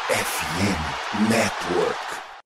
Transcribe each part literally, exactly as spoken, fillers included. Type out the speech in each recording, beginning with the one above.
F M Network.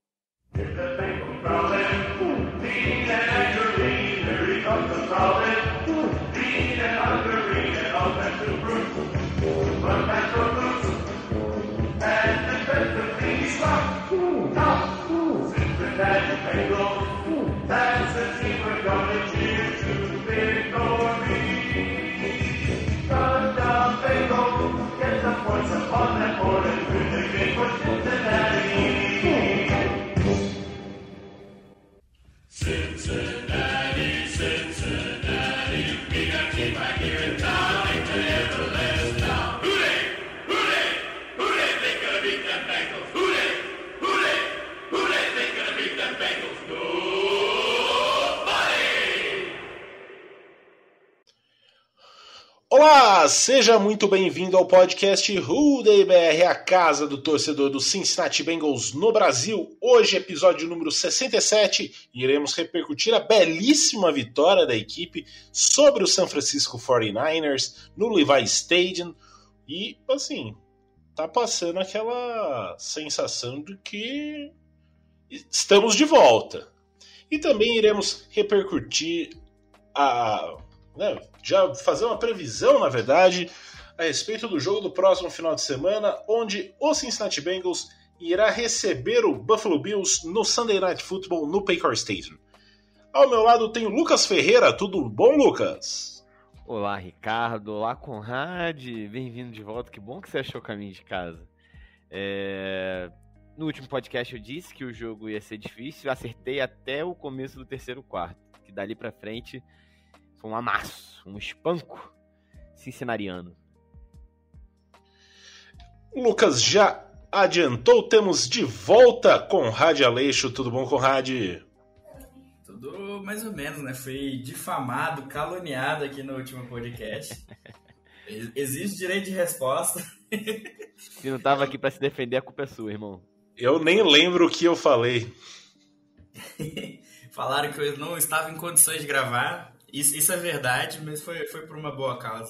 Cincinnati, Cincinnati, we got to keep back here in town, ain't they ever let us down? Who they, who they, who they think gonna beat them Bengals? Who they, who they, who they think gonna beat them Bengals? Nobody! Olá, seja muito bem-vindo ao podcast Who Dey B R, a casa do torcedor do Cincinnati Bengals no Brasil. Hoje, episódio número sessenta e sete, iremos repercutir a belíssima vitória da equipe sobre o San Francisco forty-niners no Levi Stadium. E, assim, tá passando aquela sensação de que estamos de volta. E também iremos repercutir a... Né, já fazer uma previsão, na verdade, a respeito do jogo do próximo final de semana, onde o Cincinnati Bengals irá receber o Buffalo Bills no Sunday Night Football no Paycor Stadium. Ao meu lado tem o Lucas Ferreira. Tudo bom, Lucas? Olá, Ricardo. Olá, Conrad. Bem-vindo de volta. Que bom que você achou o caminho de casa. É... No último podcast eu disse que o jogo ia ser difícil. Acertei até o começo do terceiro quarto, que dali pra frente foi um amasso, um espanco cincinariano. Lucas já adiantou, temos de volta Conrad Aleixo. Tudo bom, Conrad? Tudo mais ou menos, né? Fui difamado, caluniado aqui no último podcast. Existe direito de resposta. Se não tava aqui pra se defender, a culpa é sua, irmão. Eu nem lembro o que eu falei. Falaram que eu não estava em condições de gravar. Isso, isso é verdade, mas foi, foi por uma boa causa.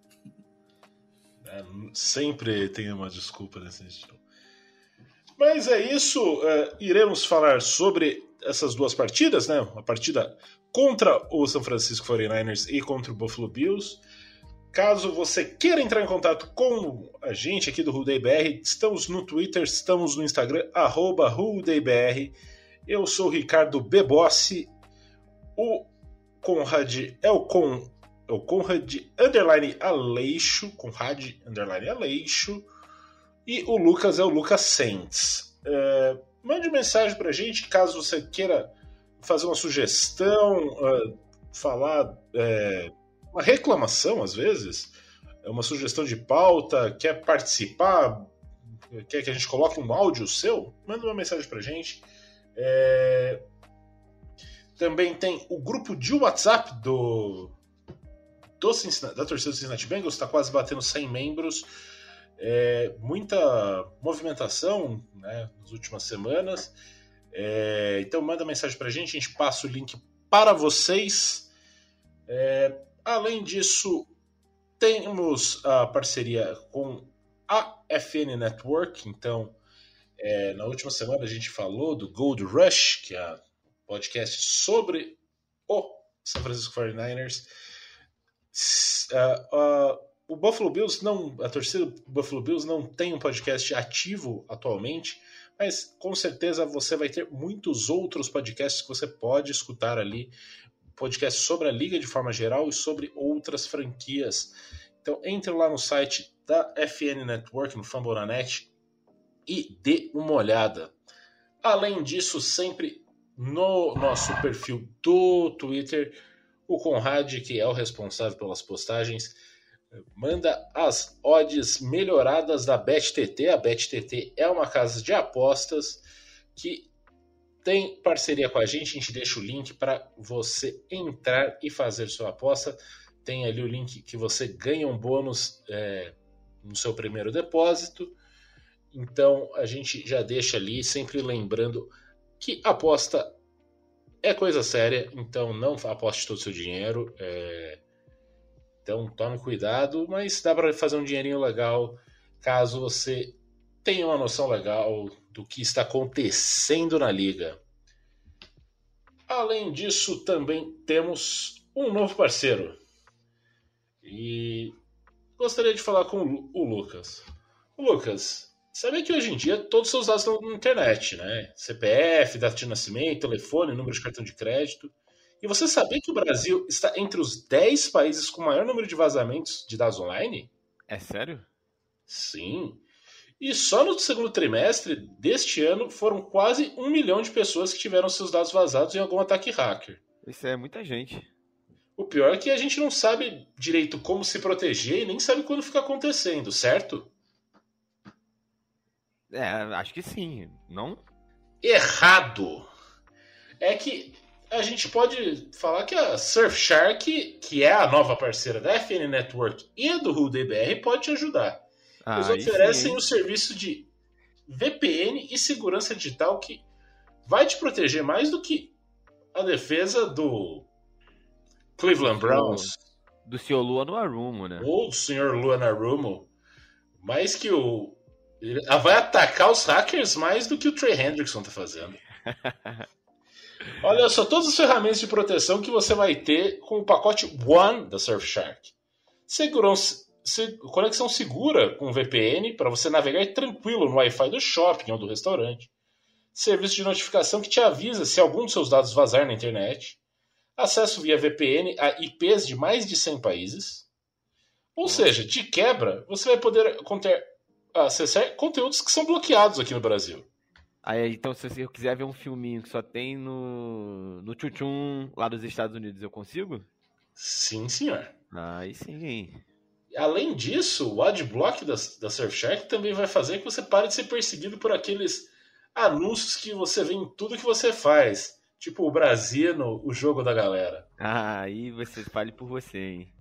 É, sempre tem uma desculpa nesse estilo. Mas é isso, uh, iremos falar sobre essas duas partidas, né? A partida contra o San Francisco forty-niners e contra o Buffalo Bills. Caso você queira entrar em contato com a gente aqui do Who Dey B R, estamos no Twitter, estamos no Instagram, arroba Who Dey B R. Eu sou o Ricardo Bebossi. O Conrad é o, Con, é o Conrad underline Aleixo, Conrad underline Aleixo, e o Lucas é o Lucas Saints. É, mande mensagem pra gente caso você queira fazer uma sugestão, uh, falar é, uma reclamação às vezes, uma sugestão de pauta, quer participar, quer que a gente coloque um áudio seu, manda uma mensagem pra gente. É... Também tem o grupo de WhatsApp do, do da torcida do Cincinnati Bengals, está quase batendo cem membros. É, muita movimentação, né, nas últimas semanas. É, então manda mensagem para a gente, a gente passa o link para vocês. É, além disso, temos a parceria com a F N Network. Então, é, na última semana a gente falou do Gold Rush, que é a podcast sobre o San Francisco forty-niners. Uh, uh, o Buffalo Bills não, a torcida do Buffalo Bills não tem um podcast ativo atualmente, mas com certeza você vai ter muitos outros podcasts que você pode escutar ali, podcasts sobre a liga de forma geral e sobre outras franquias. Então entre lá no site da F N Network, no Fumble na Net, e dê uma olhada. Além disso, sempre no nosso perfil do Twitter, o Conrad, que é o responsável pelas postagens, manda as odds melhoradas da BetTT. A BetTT é uma casa de apostas que tem parceria com a gente. A gente deixa o link para você entrar e fazer sua aposta. Tem ali o link que você ganha um bônus é, no seu primeiro depósito. Então a gente já deixa ali, sempre lembrando que aposta é coisa séria, então não aposte todo o seu dinheiro. É... Então tome cuidado, mas dá para fazer um dinheirinho legal caso você tenha uma noção legal do que está acontecendo na liga. Além disso, também temos um novo parceiro. E gostaria de falar com o Lucas. O Lucas, sabe que hoje em dia todos os seus dados estão na internet, né? C P F, data de nascimento, telefone, número de cartão de crédito. E você sabia que o Brasil está entre os dez países com maior número de vazamentos de dados online? É sério? Sim. E só no segundo trimestre deste ano foram quase um milhão de pessoas que tiveram seus dados vazados em algum ataque hacker. Isso é muita gente. O pior é que a gente não sabe direito como se proteger e nem sabe quando fica acontecendo, certo? É, acho que sim. Não? Errado! É que a gente pode falar que a Surfshark, que é a nova parceira da F N Network e do RudeBR, pode te ajudar. Ah, Eles aí oferecem sim. o serviço de V P N e segurança digital que vai te proteger mais do que a defesa do Cleveland Browns Do senhor Lua no Arumo, né? ou do senhor Luanarumo, mais que o... Ele vai atacar os hackers mais do que o Trey Hendrickson tá fazendo. Olha só, todas as ferramentas de proteção que você vai ter com o pacote One da Surfshark. Segurança, se, conexão segura com V P N para você navegar tranquilo no Wi-Fi do shopping ou do restaurante. Serviço de notificação que te avisa se algum dos seus dados vazar na internet. Acesso via V P N a I Ps de mais de cem países. Ou seja, de quebra, você vai poder conter, acessar conteúdos que são bloqueados aqui no Brasil. Aí, então, se eu quiser ver um filminho que só tem no, no Tchutchum lá dos Estados Unidos, eu consigo? Sim, senhor. Aí sim. Além disso, o adblock da, da Surfshark também vai fazer que você pare de ser perseguido por aqueles anúncios que você vê em tudo que você faz. Tipo o Brasino, o jogo da galera. Ah, aí você fale por você, hein?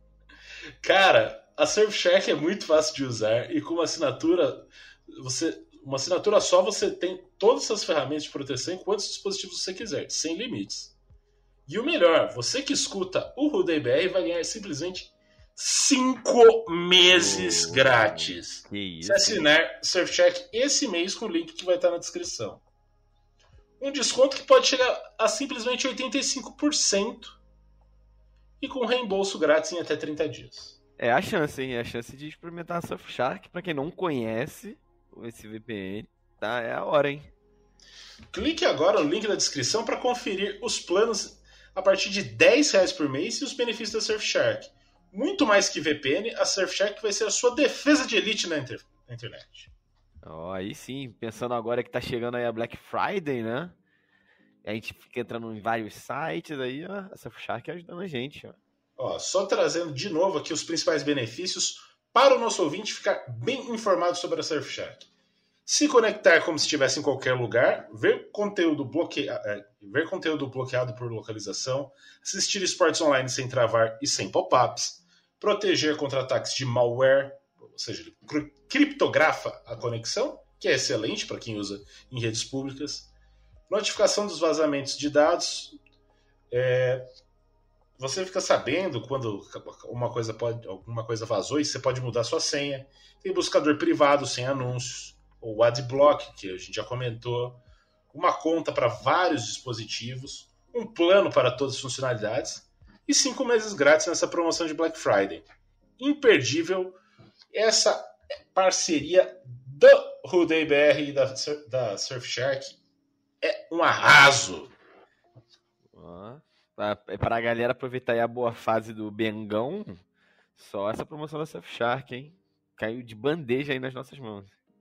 Cara, a Surfshark é muito fácil de usar e com uma assinatura, você, uma assinatura só você tem todas essas ferramentas de proteção em quantos dispositivos você quiser, sem limites. E o melhor, você que escuta o RudeBR vai ganhar simplesmente cinco meses Oh, grátis. Que isso? Se assinar Surfshark esse mês com o link que vai estar na descrição. Um desconto que pode chegar a simplesmente oitenta e cinco por cento e com reembolso grátis em até trinta dias. É a chance, hein? É a chance de experimentar a Surfshark. Pra quem não conhece esse V P N, tá? É a hora, hein? Clique agora no link da descrição para conferir os planos a partir de dez reais por mês e os benefícios da Surfshark. Muito mais que V P N, a Surfshark vai ser a sua defesa de elite na, inter- na internet. Ó, aí sim, pensando agora que tá chegando aí a Black Friday, né? A gente fica entrando em vários sites aí, ó, a Surfshark ajudando a gente, ó. Ó, só trazendo de novo aqui os principais benefícios para o nosso ouvinte ficar bem informado sobre a Surfshark. Se conectar como se estivesse em qualquer lugar, ver conteúdo, bloque... ver conteúdo bloqueado por localização, assistir esportes online sem travar e sem pop-ups, proteger contra ataques de malware, ou seja, ele cri- criptografa a conexão, que é excelente para quem usa em redes públicas, notificação dos vazamentos de dados, é... você fica sabendo quando uma coisa, pode... alguma coisa vazou e você pode mudar sua senha, tem buscador privado sem anúncios, o Adblock, que a gente já comentou, uma conta para vários dispositivos, um plano para todas as funcionalidades e cinco meses grátis nessa promoção de Black Friday. Imperdível essa parceria do RudeBR e da, da Surfshark é um arraso. Ó, pra, é pra galera aproveitar aí a boa fase do Bengão, só essa promoção da Surfshark, hein? Caiu de bandeja aí nas nossas mãos.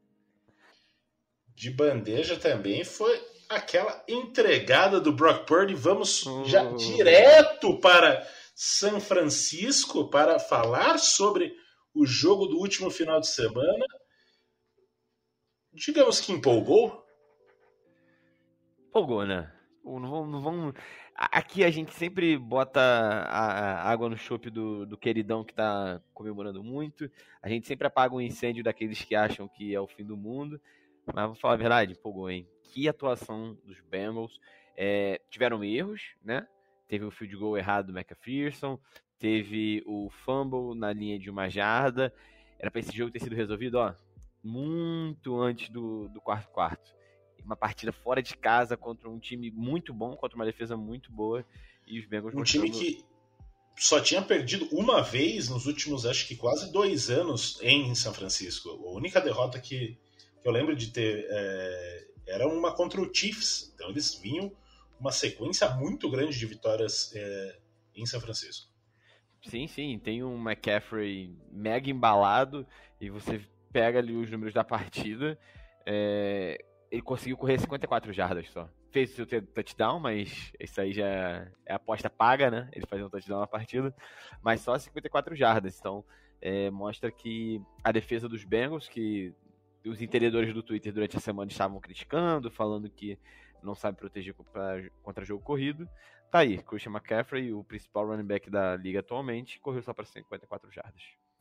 De bandeja também foi aquela entregada do Brock Purdy. Vamos já Oh. direto para São Francisco para falar sobre o jogo do último final de semana. Digamos que empolgou. Empolgou, né? Pô, Não vamos, não vamos... a- Aqui a gente sempre bota a, a água no chope do, do queridão que tá comemorando muito. A gente sempre apaga um incêndio daqueles que acham que é o fim do mundo. Mas vou falar a verdade, empolgou, hein? Que atuação dos Bengals. É, tiveram erros, né? Teve o field goal errado do McPherson. Teve o fumble na linha de uma jarda. Era pra esse jogo ter sido resolvido, ó, muito antes do, do quarto quarto. Uma partida fora de casa contra um time muito bom, contra uma defesa muito boa, e os Bengals Um mostrando... time que só tinha perdido uma vez nos últimos, acho que quase dois anos em São Francisco. A única derrota que, que eu lembro de ter é, era uma contra o Chiefs. Então eles vinham uma sequência muito grande de vitórias é, em São Francisco. Sim, sim, tem um McCaffrey mega embalado, e você pega ali os números da partida, é, ele conseguiu correr cinquenta e quatro jardas só. Fez o seu touchdown, mas isso aí já é aposta paga, né? Ele fazia um touchdown na partida, mas só cinquenta e quatro jardas. Então, é, mostra que a defesa dos Bengals, que os entendedores do Twitter durante a semana estavam criticando, falando que não sabe proteger contra, contra jogo corrido, tá aí. Christian McCaffrey, o principal running back da liga atualmente, correu só para cinquenta e quatro jardas.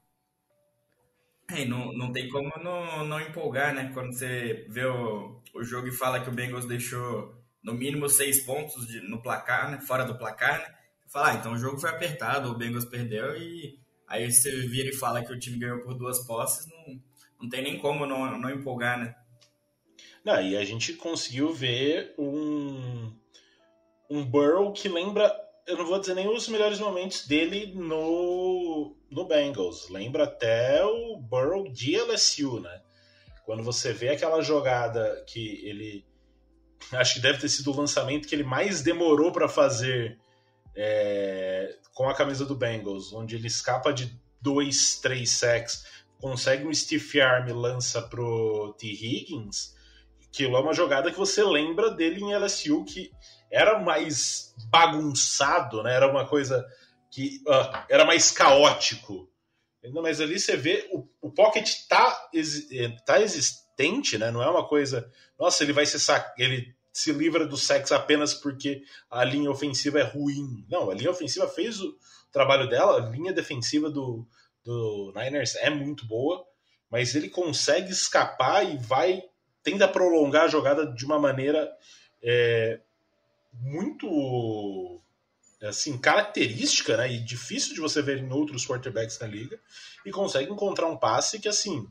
É, não, não tem como não, não empolgar, né? Quando você vê o, o jogo e fala que o Bengals deixou no mínimo seis pontos de, no placar, né? Fora do placar, né? Você fala, ah, então o jogo foi apertado, o Bengals perdeu, e aí você vira e fala que o time ganhou por duas posses, não, não tem nem como não, não empolgar, né? Não, e a gente conseguiu ver um, um Burrow que lembra, eu não vou dizer nem os melhores momentos dele no, no Bengals, lembra até o Burrow de L S U, né? Quando você vê aquela jogada que ele, acho que deve ter sido o lançamento que ele mais demorou para fazer é, com a camisa do Bengals, onde ele escapa de dois, três sacks, consegue um stiff arm e lança pro T. Higgins. Aquilo é uma jogada que você lembra dele em L S U, que era mais bagunçado, né? Era uma coisa que uh, era mais caótico. Mas ali você vê, o, o pocket tá, tá existente, né? Não é uma coisa... Nossa, ele vai se sac... ele se livra do sacks apenas porque a linha ofensiva é ruim. Não, a linha ofensiva fez o trabalho dela, a linha defensiva do, do Niners é muito boa, mas ele consegue escapar e vai... tenta prolongar a jogada de uma maneira é, muito assim, característica, né, e difícil de você ver em outros quarterbacks na liga, e consegue encontrar um passe que, assim,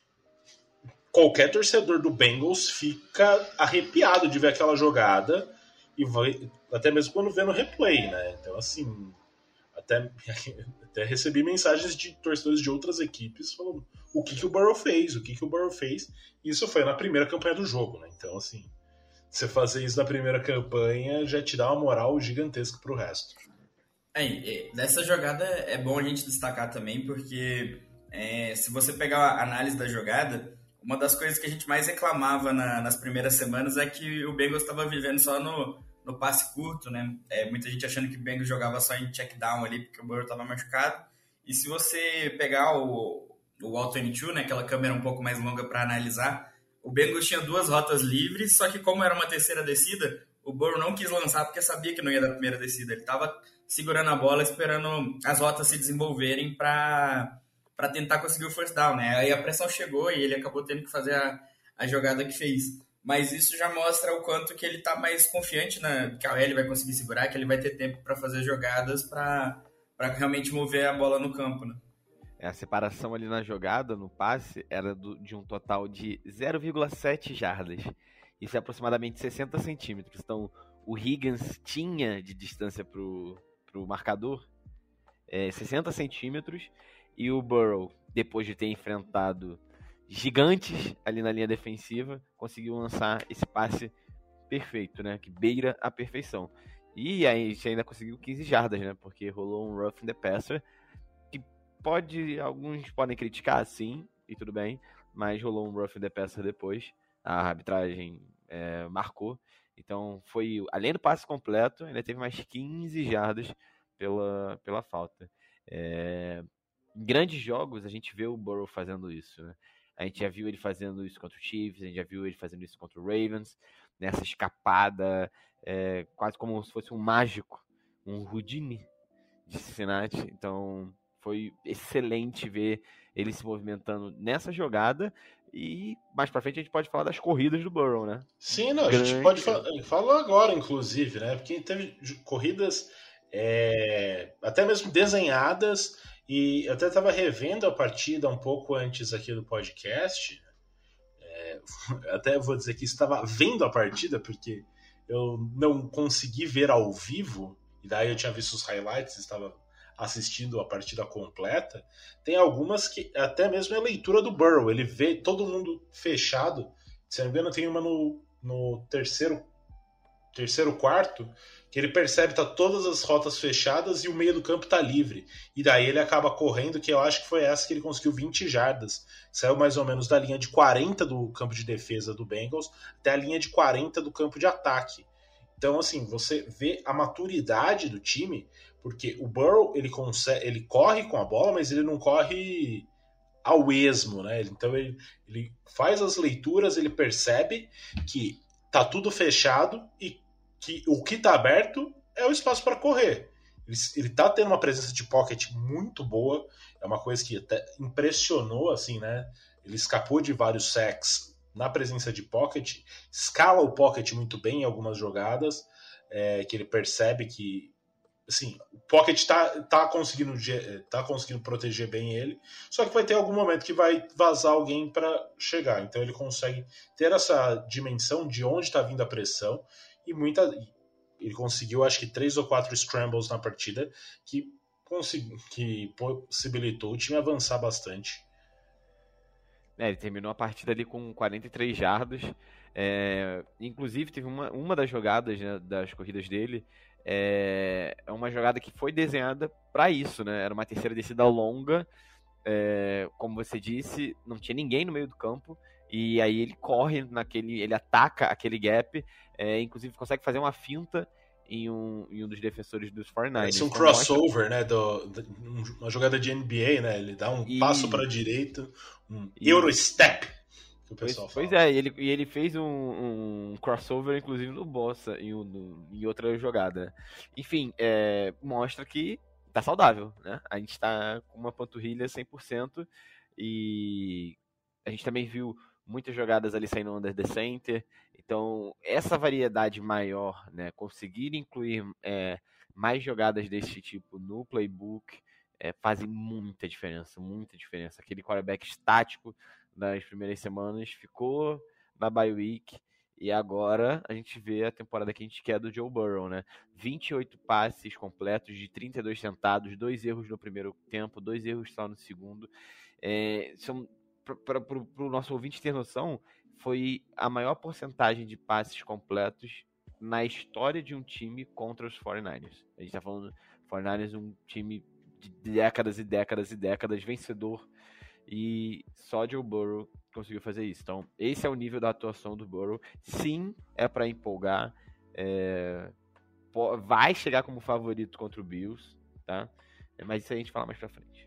qualquer torcedor do Bengals fica arrepiado de ver aquela jogada, e vai, até mesmo quando vê no replay, né? Então, assim, até, até recebi mensagens de torcedores de outras equipes falando o que, que o Burrow fez, o que, que o Burrow fez. Isso foi na primeira campanha do jogo, né? Então, assim, você fazer isso na primeira campanha já te dá uma moral gigantesca pro resto. É, dessa jogada é bom a gente destacar também, porque é, se você pegar a análise da jogada, uma das coisas que a gente mais reclamava na, nas primeiras semanas é que o Bengals estava vivendo só no, no passe curto, né? É, muita gente achando que o Bengals jogava só em check down ali, porque o Burrow estava machucado. E se você pegar o, o All vinte e dois, né, aquela câmera um pouco mais longa para analisar, o Bengals tinha duas rotas livres, só que como era uma terceira descida, o Burrow não quis lançar porque sabia que não ia dar a primeira descida. Ele estava segurando a bola, esperando as rotas se desenvolverem para para tentar conseguir o first down, né? Aí a pressão chegou e ele acabou tendo que fazer a, a jogada que fez. Mas isso já mostra o quanto que ele está mais confiante, na, que a O L vai conseguir segurar, que ele vai ter tempo para fazer jogadas para realmente mover a bola no campo, né? A separação ali na jogada, no passe, era do, de um total de zero vírgula sete jardas. Isso é aproximadamente sessenta centímetros. Então, o Higgins tinha de distância para o marcador é, sessenta centímetros, e o Burrow, depois de ter enfrentado gigantes ali na linha defensiva, conseguiu lançar esse passe perfeito, né? Que beira a perfeição. E aí a gente ainda conseguiu quinze jardas, né? Porque rolou um roughing the passer, que pode, alguns podem criticar, sim, e tudo bem, mas rolou um roughing the passer depois. A arbitragem é, marcou. Então foi, além do passe completo, ainda teve mais quinze jardas pela, pela falta. É, em grandes jogos a gente vê o Burrow fazendo isso, né? A gente já viu ele fazendo isso contra o Chiefs, a gente já viu ele fazendo isso contra o Ravens, nessa escapada, é, quase como se fosse um mágico, um Houdini de Cincinnati. Então foi excelente ver ele se movimentando nessa jogada. E mais pra frente a gente pode falar das corridas do Burrow, né? Sim, não, a Grande. gente pode falar, falar agora, inclusive, né? Porque teve corridas é, até mesmo desenhadas, e eu até estava revendo a partida um pouco antes aqui do podcast, é, até vou dizer que estava vendo a partida, porque eu não consegui ver ao vivo, e daí eu tinha visto os highlights, estava assistindo a partida completa. Tem algumas que até mesmo é a leitura do Burrow, ele vê todo mundo fechado, se não me engano tem uma no, no terceiro, terceiro quarto, que ele percebe que tá todas as rotas fechadas e o meio do campo tá livre. E daí ele acaba correndo, que eu acho que foi essa que ele conseguiu vinte jardas. Saiu mais ou menos da linha de quarenta do campo de defesa do Bengals até a linha de quarenta do campo de ataque. Então, assim, você vê a maturidade do time, porque o Burrow, ele, consegue, ele corre com a bola, mas ele não corre ao esmo, né? Então ele, ele faz as leituras, ele percebe que tá tudo fechado e que o que está aberto é o espaço para correr. Ele está tendo uma presença de pocket muito boa, é uma coisa que até impressionou, assim, né? Ele escapou de vários sacks na presença de pocket, escala o pocket muito bem em algumas jogadas, é, que ele percebe que, assim, o pocket está tá conseguindo, tá conseguindo proteger bem ele, só que vai ter algum momento que vai vazar alguém para chegar, então ele consegue ter essa dimensão de onde está vindo a pressão. E muita, ele conseguiu, acho que, três ou quatro scrambles na partida que, consegui, que possibilitou o time avançar bastante. É, ele terminou a partida ali com quarenta e três jardas. É, inclusive, teve uma, uma das jogadas, né, das corridas dele, é, é uma jogada que foi desenhada para isso, né? Era uma terceira descida longa. É, como você disse, não tinha ninguém no meio do campo. E aí ele corre naquele, ele ataca aquele gap, é, inclusive consegue fazer uma finta em um, em um dos defensores dos quarenta e nove ers. Isso é um crossover, né? Do, do, uma jogada de N B A, né? Ele dá um e... passo para a direita, um e... Eurostep, que o pessoal pois, fala. Pois é, e ele, e ele fez um, um crossover, inclusive, no Bossa, em, um, em outra jogada. Enfim, é, mostra que tá saudável, né? A gente tá com uma panturrilha cem por cento e a gente também viu muitas jogadas ali saindo under the center. Então, essa variedade maior, né, conseguir incluir é, mais jogadas desse tipo no playbook, é, fazem muita diferença, muita diferença. Aquele quarterback estático das primeiras semanas ficou na bye week e agora a gente vê a temporada que a gente quer do Joe Burrow, né? vinte e oito passes completos de trinta e dois tentados, dois erros no primeiro tempo, dois erros só no segundo. É, são para o nosso ouvinte ter noção, foi a maior porcentagem de passes completos na história de um time contra os quarenta e nove ers. A gente está falando quarenta e nove ers, um time de décadas e décadas e décadas, vencedor, e só Joe Burrow conseguiu fazer isso. Então, esse é o nível da atuação do Burrow. Sim, é para empolgar. É... Vai chegar como favorito contra o Bills, tá? Mas isso aí a gente fala mais pra frente.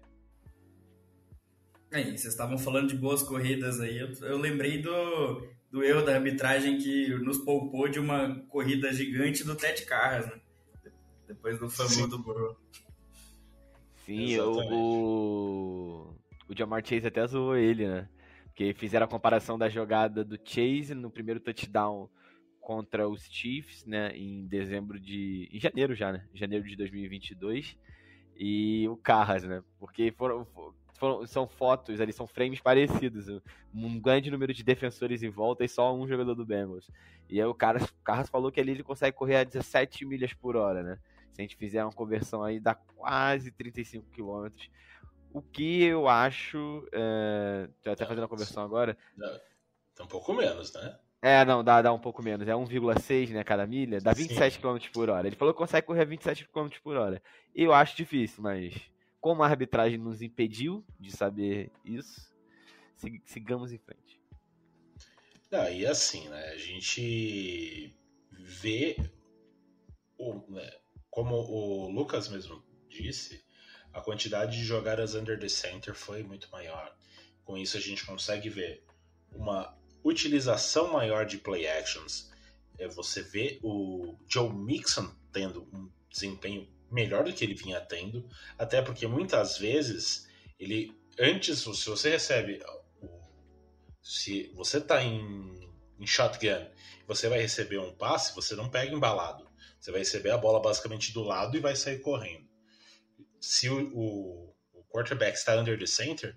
Aí, vocês estavam falando de boas corridas aí, eu, eu lembrei do, do erro da arbitragem que nos poupou de uma corrida gigante do Ted Carras, né? Depois do fumble do Burrow. Sim, o, o Ja'Marr Chase até zoou ele, né? Porque fizeram a comparação da jogada do Chase no primeiro touchdown contra os Chiefs, né? Em dezembro de... em janeiro já, né? Janeiro de dois mil e vinte e dois. E o Carras, né? Porque foram... Foram, são fotos ali, são frames parecidos. Um grande número de defensores em volta e só um jogador do Bengals. E aí o Carras, o Carras falou que ali ele consegue correr a dezessete milhas por hora, né? Se a gente fizer uma conversão aí, dá quase trinta e cinco quilômetros. O que eu acho... É... Tô até fazendo a conversão agora. Dá, dá um pouco menos, né? É, não, dá, dá um pouco menos. É um vírgula seis, né, cada milha. Dá vinte e sete quilômetros por hora. Ele falou que consegue correr a vinte e sete quilômetros por hora. Eu acho difícil, mas... como a arbitragem nos impediu de saber isso, sigamos em frente. Ah, e assim, né, a gente vê, o, né, como o Lucas mesmo disse, a quantidade de jogadas under the center foi muito maior. Com isso a gente consegue ver uma utilização maior de play actions. É, você vê o Joe Mixon tendo um desempenho melhor do que ele vinha tendo, até porque muitas vezes ele, antes, se você recebe, se você está em, em shotgun, você vai receber um passe, você não pega embalado, você vai receber a bola basicamente do lado e vai sair correndo. Se o, o, o quarterback está under the center,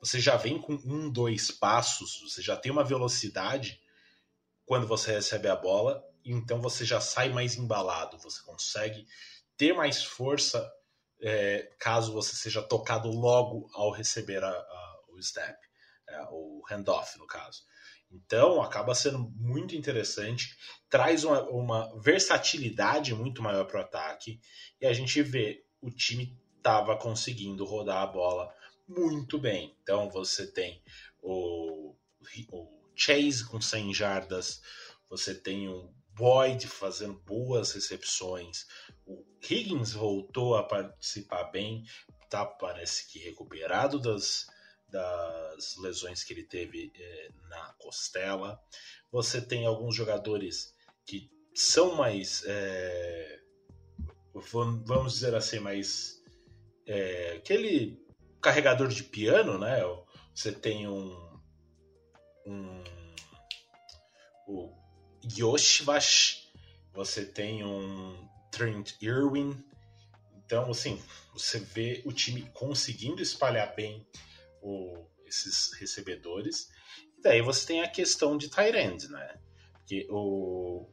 você já vem com um, dois passos, você já tem uma velocidade quando você recebe a bola, e então você já sai mais embalado, você consegue ter mais força é, caso você seja tocado logo ao receber a, a, o snap, é, o handoff no caso. Então acaba sendo muito interessante, traz uma, uma versatilidade muito maior para o ataque, e a gente vê o time estava conseguindo rodar a bola muito bem. Então você tem o, o Chase com cem jardas, você tem o Boyd fazendo boas recepções, o Higgins voltou a participar bem, tá, parece que recuperado das, das lesões que ele teve é, na costela. Você tem alguns jogadores que são mais, é, vamos dizer assim, mais é, aquele carregador de piano, né? Você tem um, um o Yoshvash, você tem um Trent Irwin. Então, assim, você vê o time conseguindo espalhar bem o, esses recebedores. E daí você tem a questão de tight end, né? Porque o,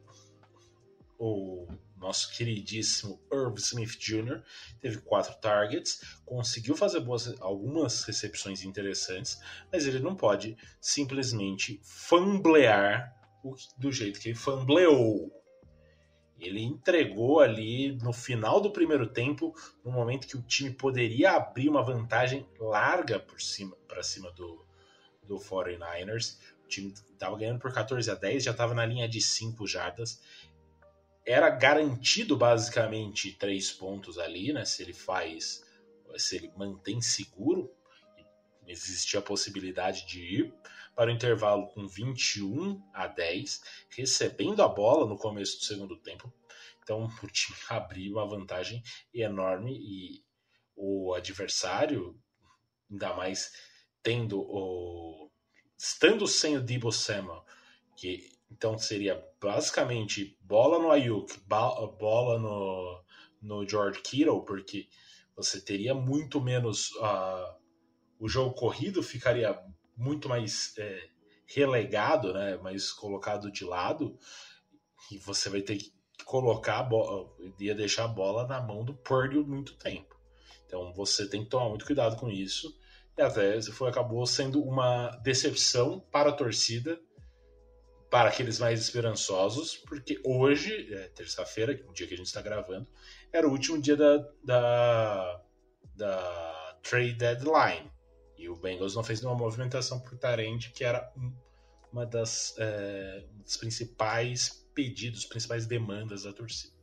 o nosso queridíssimo Irv Smith Júnior teve quatro targets, conseguiu fazer boas, algumas recepções interessantes, mas ele não pode simplesmente fumblear o, do jeito que ele fumbleou. Ele entregou ali no final do primeiro tempo, no momento que o time poderia abrir uma vantagem larga por cima, para cima do, do forty-niners. O time estava ganhando por catorze a dez, já estava na linha de cinco jardas. Era garantido basicamente três pontos ali, né? Se ele faz, se ele mantém seguro, existia a possibilidade de ir para o intervalo com vinte e um a dez, recebendo a bola no começo do segundo tempo. Então o time abriu uma vantagem enorme e o adversário, ainda mais tendo o estando sem o Deebo Samuel, que então seria basicamente bola no Ayuk, bola no, no George Kittle, porque você teria muito menos uh, o jogo corrido ficaria muito mais é, relegado, né, mais colocado de lado, e você vai ter que colocar a bola, ia deixar a bola na mão do Purdy muito tempo. Então você tem que tomar muito cuidado com isso, e até foi, acabou sendo uma decepção para a torcida, para aqueles mais esperançosos, porque hoje, é, terça-feira, o dia que a gente está gravando, era o último dia da, da, da trade deadline. E o Bengals não fez nenhuma movimentação por Tarend, que era um, uma das, é, dos principais pedidos, principais demandas da torcida.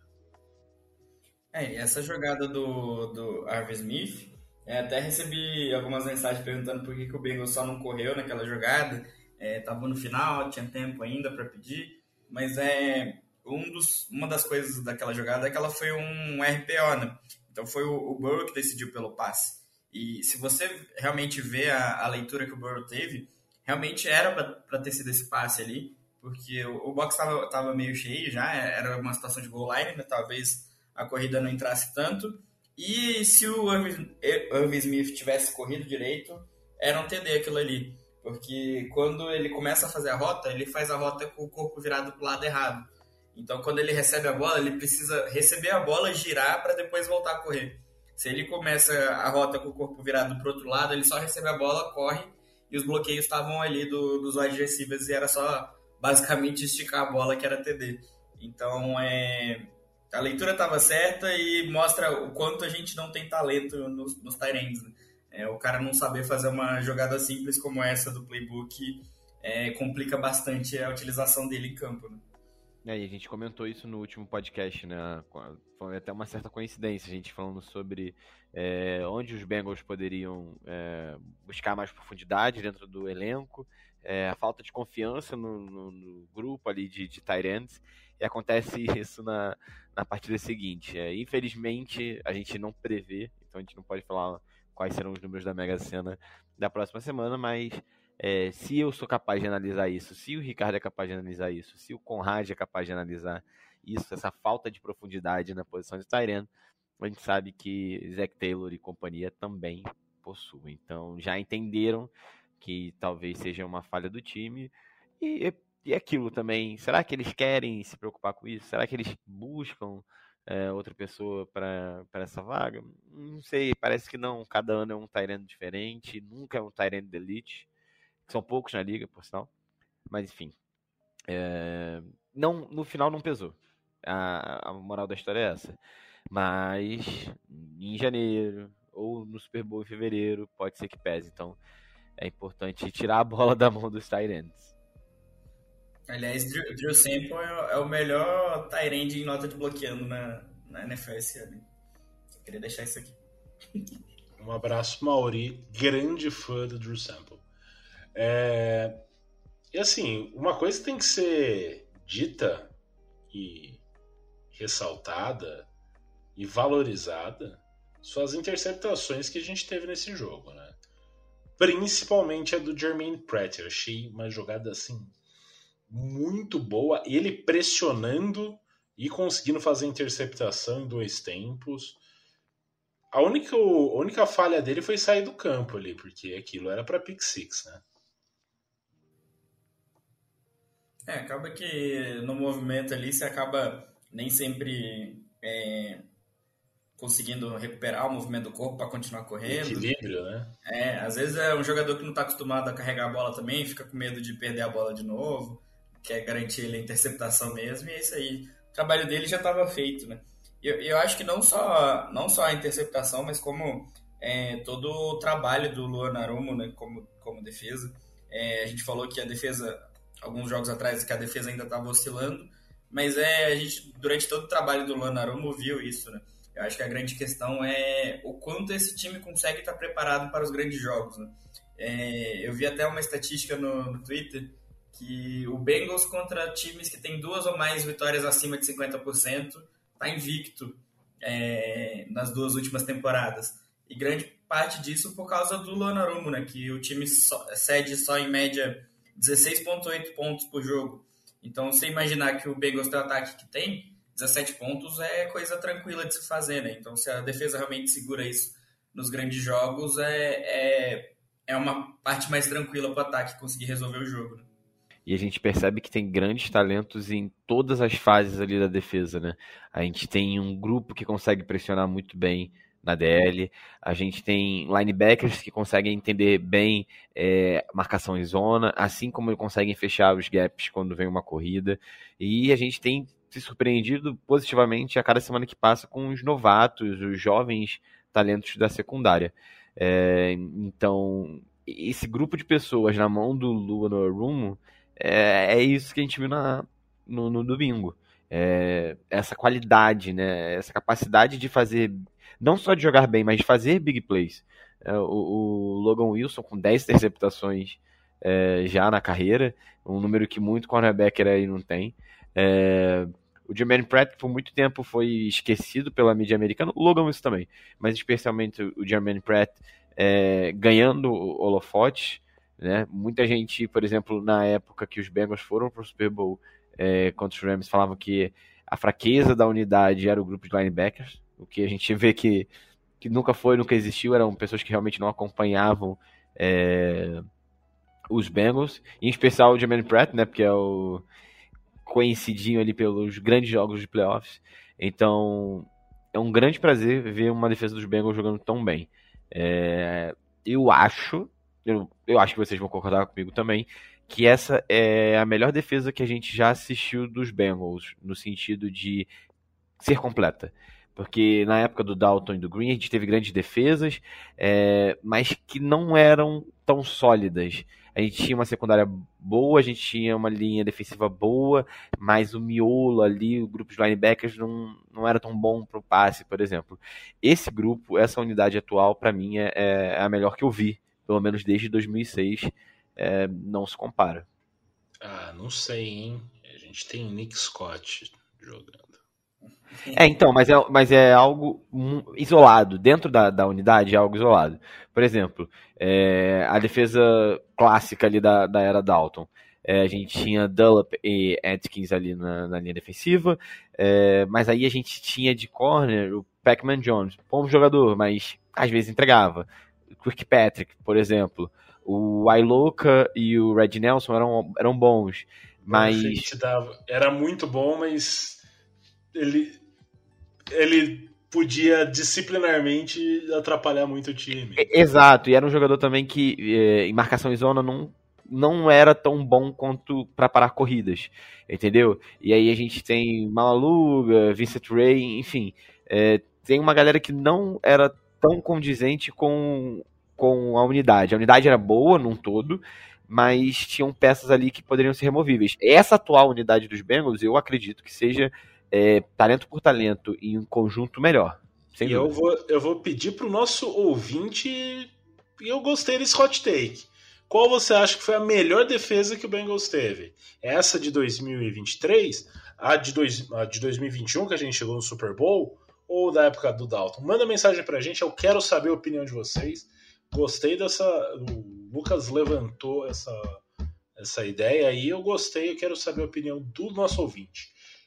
É, essa jogada do, do Arthur Smith, é, até recebi algumas mensagens perguntando por que, que o Bengals só não correu naquela jogada. Estava é, no final, tinha tempo ainda para pedir, mas é um dos, uma das coisas daquela jogada é que ela foi um R P O, né? Então foi o, o Burrow que decidiu pelo passe. E se você realmente vê a, a leitura que o Burrow teve, realmente era para ter sido esse passe ali, porque o, o box estava meio cheio já, era uma situação de goal line, né? Talvez a corrida não entrasse tanto, e se o Irv Smith tivesse corrido direito, era um T D aquilo ali. Porque quando ele começa a fazer a rota, ele faz a rota com o corpo virado para o lado errado. Então, quando ele recebe a bola, ele precisa receber a bola, girar para depois voltar a correr. Se ele começa a rota com o corpo virado para o outro lado, ele só recebe a bola, corre, e os bloqueios estavam ali do, dos wide receivers, e era só basicamente esticar a bola, que era T D. Então, é, a leitura estava certa e mostra o quanto a gente não tem talento nos, nos tight ends, né? É, o cara não saber fazer uma jogada simples como essa do playbook é, complica bastante a utilização dele em campo, né? É, e a gente comentou isso no último podcast, né? Foi até uma certa coincidência, a gente falando sobre é, onde os Bengals poderiam é, buscar mais profundidade dentro do elenco, é, a falta de confiança no, no, no grupo ali de, de tight ends, e acontece isso na, na partida seguinte. É, infelizmente, a gente não prevê, então a gente não pode falar quais serão os números da Mega Sena da próxima semana, mas é, se eu sou capaz de analisar isso, se o Ricardo é capaz de analisar isso, se o Conrad é capaz de analisar isso, essa falta de profundidade na posição de tight end, a gente sabe que Zac Taylor e companhia também possui. Então já entenderam que talvez seja uma falha do time. E, e aquilo também, será que eles querem se preocupar com isso? Será que eles buscam é, outra pessoa para essa vaga? Não sei, parece que não. Cada ano é um tight end diferente, nunca é um tight end de elite. São poucos na liga, por sinal. Mas enfim, é, não, no final não pesou. A, a moral da história é essa. Mas em janeiro ou no Super Bowl em fevereiro pode ser que pese. Então é importante tirar a bola da mão dos tight ends. Aliás, Drew, Drew Sample é, é o melhor tight end em nota de bloqueando na, na N F L esse ano. Eu queria deixar isso aqui. Um abraço, Mauri, grande fã do Drew Sample. É... E assim, uma coisa tem que ser dita e ressaltada e valorizada são as interceptações que a gente teve nesse jogo, né? Principalmente a do Jermaine Pratt. Eu achei uma jogada assim muito boa, ele pressionando e conseguindo fazer interceptação em dois tempos. A única, a única falha dele foi sair do campo ali, porque aquilo era para pick six, né? É, acaba que no movimento ali você acaba nem sempre é, conseguindo recuperar o movimento do corpo para continuar correndo. Equilíbrio, né? É, às vezes é um jogador que não está acostumado a carregar a bola também, fica com medo de perder a bola de novo, quer garantir ele a interceptação mesmo, e é isso aí. O trabalho dele já estava feito, né? Eu, eu acho que não só, não só a interceptação, mas como é, todo o trabalho do Luan Arumo, né, como, como defesa. É, a gente falou que a defesa, alguns jogos atrás, que a defesa ainda estava oscilando, mas é, a gente, durante todo o trabalho do Luan Arumo, viu isso, né? Eu acho que a grande questão é o quanto esse time consegue estar preparado para os grandes jogos, né? É, eu vi até uma estatística no, no Twitter que o Bengals contra times que tem duas ou mais vitórias acima de cinquenta por cento está invicto é, nas duas últimas temporadas. E grande parte disso por causa do Luan Arumo, né? Que o time só, cede só em média dezesseis vírgula oito pontos por jogo. Então, você imaginar que o Bengals tem o ataque que tem, dezessete pontos é coisa tranquila de se fazer, né? Então, se a defesa realmente segura isso nos grandes jogos, é, é, é uma parte mais tranquila para o ataque conseguir resolver o jogo, né? E a gente percebe que tem grandes talentos em todas as fases ali da defesa, né? A gente tem um grupo que consegue pressionar muito bem na D L, a gente tem linebackers que conseguem entender bem é, marcação em zona, assim como conseguem fechar os gaps quando vem uma corrida, e a gente tem se surpreendido positivamente a cada semana que passa com os novatos, os jovens talentos da secundária. É, então, esse grupo de pessoas na mão do Luan Arumo é, é isso que a gente viu na, no, no domingo. É, essa qualidade, né, essa capacidade de fazer, não só de jogar bem, mas de fazer big plays. É, o, o Logan Wilson com dez interceptações é, já na carreira, um número que muito cornerbacker aí não tem. É, o Jermaine Pratt por muito tempo foi esquecido pela mídia americana, o Logan Wilson também, mas especialmente o Jermaine Pratt é, ganhando holofotes, né? Muita gente, por exemplo, na época que os Bengals foram para o Super Bowl é, contra os Rams, falavam que a fraqueza da unidade era o grupo de linebackers, o que a gente vê que, que nunca foi, nunca existiu, eram pessoas que realmente não acompanhavam é, os Bengals, em especial o Jermaine Pratt, né, porque é o conhecidinho ali pelos grandes jogos de playoffs. Então é um grande prazer ver uma defesa dos Bengals jogando tão bem. É, eu acho eu, eu acho que vocês vão concordar comigo também, que essa é a melhor defesa que a gente já assistiu dos Bengals, no sentido de ser completa. Porque na época do Dalton e do Green a gente teve grandes defesas, é, mas que não eram tão sólidas. A gente tinha uma secundária boa, a gente tinha uma linha defensiva boa, mas o miolo ali, o grupo de linebackers não, não era tão bom para o passe, por exemplo. Esse grupo, essa unidade atual, para mim, é, é a melhor que eu vi, pelo menos desde dois mil e seis, é, não se compara. Ah, não sei, hein? A gente tem Nick Scott jogando. É, então, mas é, mas é algo isolado. Dentro da, da unidade é algo isolado. Por exemplo, é, a defesa clássica ali da, da era Dalton. É, a gente tinha Dunlap e Atkins ali na, na linha defensiva, é, mas aí a gente tinha de corner o Pac-Man Jones. Bom jogador, mas às vezes entregava. Kirkpatrick, por exemplo. O Iloka e o Red Nelson eram, eram bons, mas... Dava, era muito bom, mas ele, ele podia disciplinarmente atrapalhar muito o time. Exato, e era um jogador também que em marcação em zona não, não era tão bom quanto para parar corridas, entendeu? E aí a gente tem Malaluga, Vincent Ray, enfim, é, tem uma galera que não era tão condizente com, com a unidade. A unidade era boa num todo, mas tinham peças ali que poderiam ser removíveis. Essa atual unidade dos Bengals, eu acredito que seja é, talento por talento em um conjunto melhor. E eu vou, eu vou pedir para o nosso ouvinte, e eu gostei desse hot take. Qual você acha que foi a melhor defesa que o Bengals teve? Essa de dois mil e vinte e três, a de, dois, a de dois mil e vinte e um, que a gente chegou no Super Bowl, ou da época do Dalton? Manda mensagem pra gente, eu quero saber a opinião de vocês. Gostei dessa... O Lucas levantou essa, essa ideia aí, eu gostei, eu quero saber a opinião do nosso ouvinte.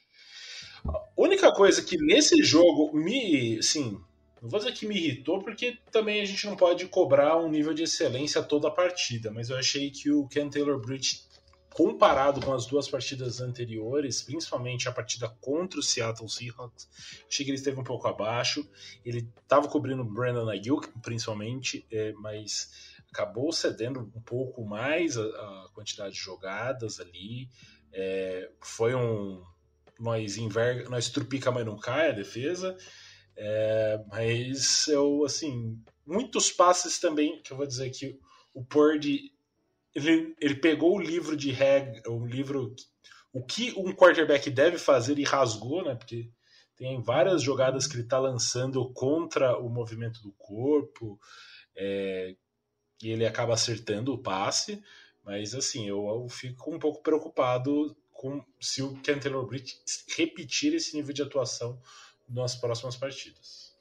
A única coisa que nesse jogo me... Sim, não vou dizer que me irritou, porque também a gente não pode cobrar um nível de excelência toda a partida, mas eu achei que o Ken Taylor-Britt, comparado com as duas partidas anteriores, principalmente a partida contra o Seattle Seahawks, achei que ele esteve um pouco abaixo. Ele estava cobrindo o Brandon Ayuk, principalmente, é, mas acabou cedendo um pouco mais a, a quantidade de jogadas ali. É, foi um... Nós, enverga, nós trupica, mas não cai a defesa. É, mas eu, assim, muitos passes também, que eu vou dizer que o Purdy, ele, ele pegou o livro de regra, o livro, o que um quarterback deve fazer e rasgou, né? Porque tem várias jogadas que ele está lançando contra o movimento do corpo, é, e ele acaba acertando o passe, mas assim, eu, eu fico um pouco preocupado com se o Ken Taylor-Britt repetir esse nível de atuação nas próximas partidas.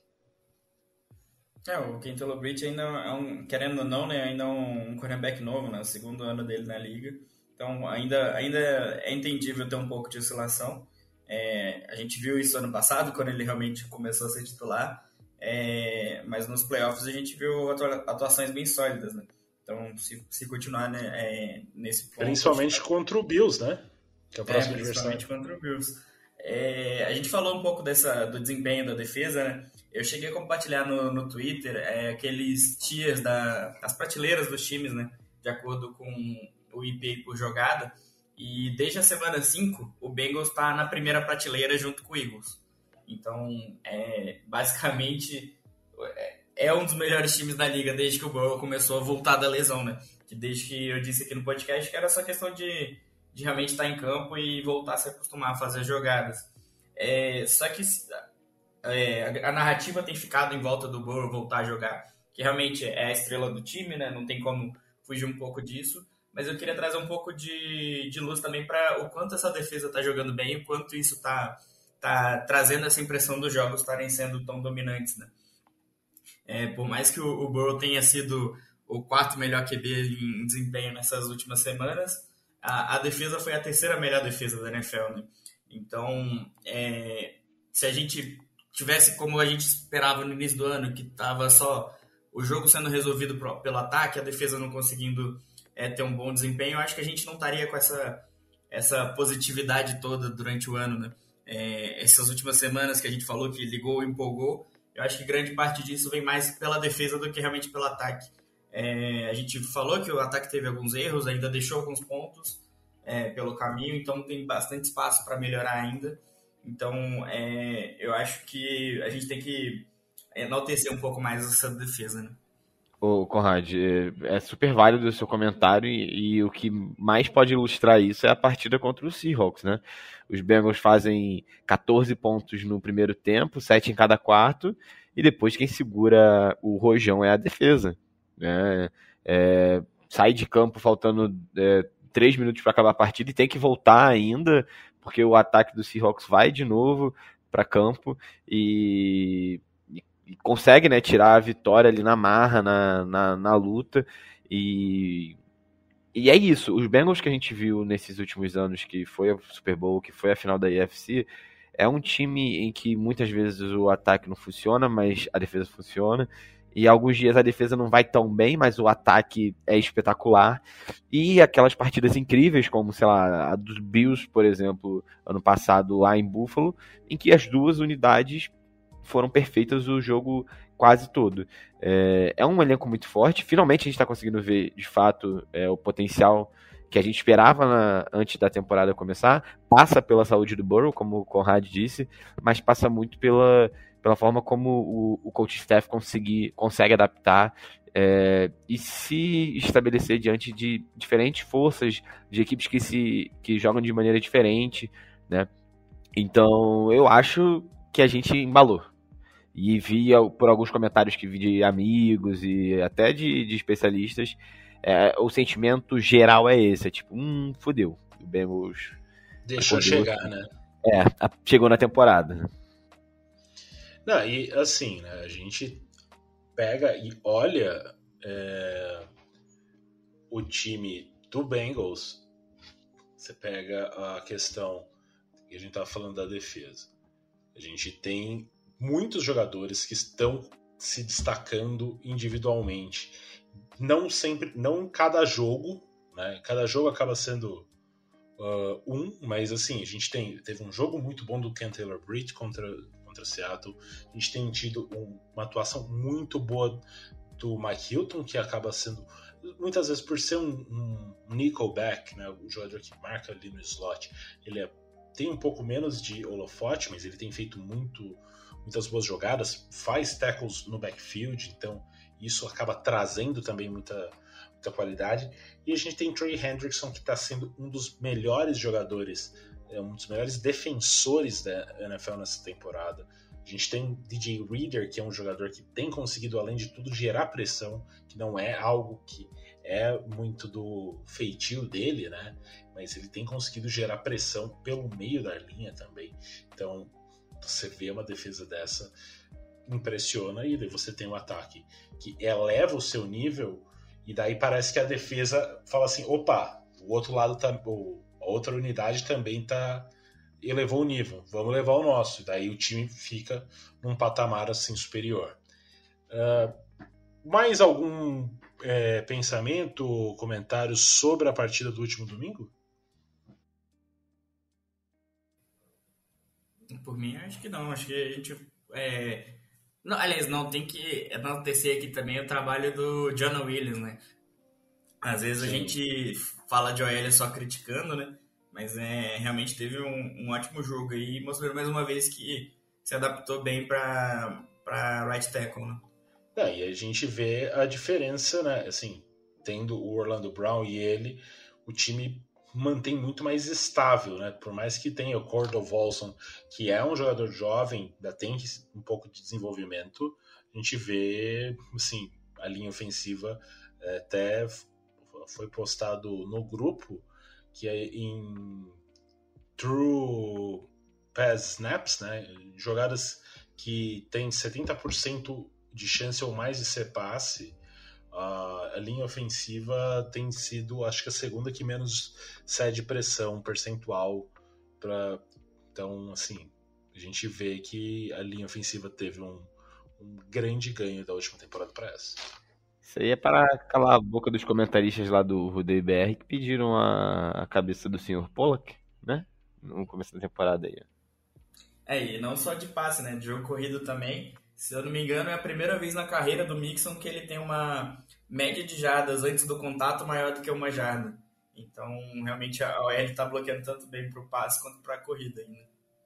É, o Ken Taylor-Britt ainda é um, querendo ou não, né, ainda é um cornerback novo, né, o segundo ano dele na liga, então ainda, ainda é entendível ter um pouco de oscilação. É, a gente viu isso ano passado, quando ele realmente começou a ser titular, é, mas nos playoffs a gente viu atuações bem sólidas, né? Então se, se continuar, né, é, nesse ponto... Principalmente que... contra o Bills, né? Que é o próximo é, principalmente adversário. Contra o Bills. É, a gente falou um pouco dessa, do desempenho da defesa, né? Eu cheguei a compartilhar no, no Twitter é, aqueles tiers, da, as prateleiras dos times, né? De acordo com o I P por jogada. E desde a semana cinco, o Bengals está na primeira prateleira junto com o Eagles. Então, é, basicamente, é um dos melhores times da liga desde que o Burrow começou a voltar da lesão, né? Que desde que eu disse aqui no podcast que era só questão de... de realmente estar em campo e voltar a se acostumar a fazer jogadas. É, só que é, a narrativa tem ficado em volta do Burrow voltar a jogar, que realmente é a estrela do time, né? Não tem como fugir um pouco disso, mas eu queria trazer um pouco de, de luz também para o quanto essa defesa está jogando bem e o quanto isso está tá trazendo essa impressão dos jogos estarem sendo tão dominantes, né? É, por mais que o, o Burrow tenha sido o quarto melhor Q B em desempenho nessas últimas semanas, A, a defesa foi a terceira melhor defesa da N F L, né? Então, é, se a gente tivesse como a gente esperava no início do ano, que estava só o jogo sendo resolvido pro, pelo ataque, a defesa não conseguindo é, ter um bom desempenho, eu acho que a gente não estaria com essa, essa positividade toda durante o ano, né? É, essas últimas semanas que a gente falou que ligou e empolgou, eu acho que grande parte disso vem mais pela defesa do que realmente pelo ataque. É, a gente falou que o ataque teve alguns erros, ainda deixou alguns pontos é, pelo caminho, então tem bastante espaço para melhorar ainda. Então, é, eu acho que a gente tem que enaltecer um pouco mais essa defesa, né? Ô, Conrad, é super válido o seu comentário e, e o que mais pode ilustrar isso é a partida contra o Seahawks, né? Os Bengals fazem catorze pontos no primeiro tempo, sete em cada quarto, e depois quem segura o rojão é a defesa. É, é, sai de campo faltando é, três minutos para acabar a partida e tem que voltar ainda, porque o ataque do Seahawks vai de novo para campo e, e, e consegue, né, tirar a vitória ali na marra, na, na, na luta. E, e é isso, os Bengals que a gente viu nesses últimos anos, que foi o Super Bowl, que foi a final da A F C, é um time em que muitas vezes o ataque não funciona, mas a defesa funciona. E alguns dias a defesa não vai tão bem, mas o ataque é espetacular. E aquelas partidas incríveis, como, sei lá, a dos Bills, por exemplo, ano passado lá em Buffalo, em que as duas unidades foram perfeitas o jogo quase todo. É, é um elenco muito forte. Finalmente a gente está conseguindo ver, de fato, é, o potencial que a gente esperava na, antes da temporada começar. Passa pela saúde do Burrow, como o Conrad disse, mas passa muito pela, pela forma como o, o coach staff consegue, consegue adaptar é, e se estabelecer diante de diferentes forças, de equipes que, se, que jogam de maneira diferente, né? Então, eu acho que a gente embalou. E vi por alguns comentários que vi de amigos e até de, de especialistas, é, o sentimento geral é esse, é tipo, hum, fodeu. O Bengals deixou fodeu, chegar, assim. né? É, a, chegou na temporada. Não, e assim, né, a gente pega e olha é, o time do Bengals, você pega a questão que a gente tava falando da defesa. A gente tem muitos jogadores que estão se destacando individualmente. Não sempre, não cada jogo, né? Cada jogo acaba sendo uh, um, mas assim, a gente tem, teve um jogo muito bom do Ken Taylor-Britt contra, contra Seattle. A gente tem tido um, uma atuação muito boa do Mike Hilton, que acaba sendo, muitas vezes por ser um, um nickelback, né? O jogador que marca ali no slot, ele é, tem um pouco menos de holofote, mas ele tem feito muito muitas boas jogadas, faz tackles no backfield, então isso acaba trazendo também muita, muita qualidade. E a gente tem Trey Hendrickson, que está sendo um dos melhores jogadores, um dos melhores defensores da N F L nessa temporada. A gente tem D J Reader, que é um jogador que tem conseguido, além de tudo, gerar pressão, que não é algo que é muito do feitio dele, né? Mas ele tem conseguido gerar pressão pelo meio da linha também. Então, você vê uma defesa dessa, impressiona, e daí você tem um ataque que eleva o seu nível, e daí parece que a defesa fala assim, opa, o outro lado tá, a outra unidade também tá, elevou o nível, vamos levar o nosso, e daí o time fica num patamar assim superior. Uh, mais algum é, pensamento, comentário sobre a partida do último domingo? Por mim, acho que não. Acho que a gente... É... Não, aliás, não, tem que enaltecer aqui também o trabalho do Jonah Williams, né? Às vezes Sim. a gente fala de O L só criticando, né? Mas é, realmente teve um, um ótimo jogo aí e mostrou mais uma vez que se adaptou bem para para right tackle, né? É, e a gente vê a diferença, né? Assim, tendo o Orlando Brown e ele, o time mantém muito mais estável, né? Por mais que tenha o Cordell Volson, que é um jogador jovem, ainda tem um pouco de desenvolvimento, a gente vê, assim, a linha ofensiva é, até foi postado no grupo, que é em True Pass Snaps, né? Jogadas que tem setenta por cento de chance ou mais de ser passe. Uh, a linha ofensiva tem sido, acho que a segunda que menos cede pressão percentual para, então assim, a gente vê que a linha ofensiva teve um, um grande ganho da última temporada para essa. Isso aí é para calar a boca dos comentaristas lá do Rodeio B R que pediram a, a cabeça do senhor Pollack, né, no começo da temporada aí. É, e não só de passe, né, de jogo corrido também. Se eu não me engano, é a primeira vez na carreira do Mixon que ele tem uma média de jardas antes do contato maior do que uma jarda. Então, realmente, a O L está bloqueando tanto bem para o passe quanto para a corrida ainda.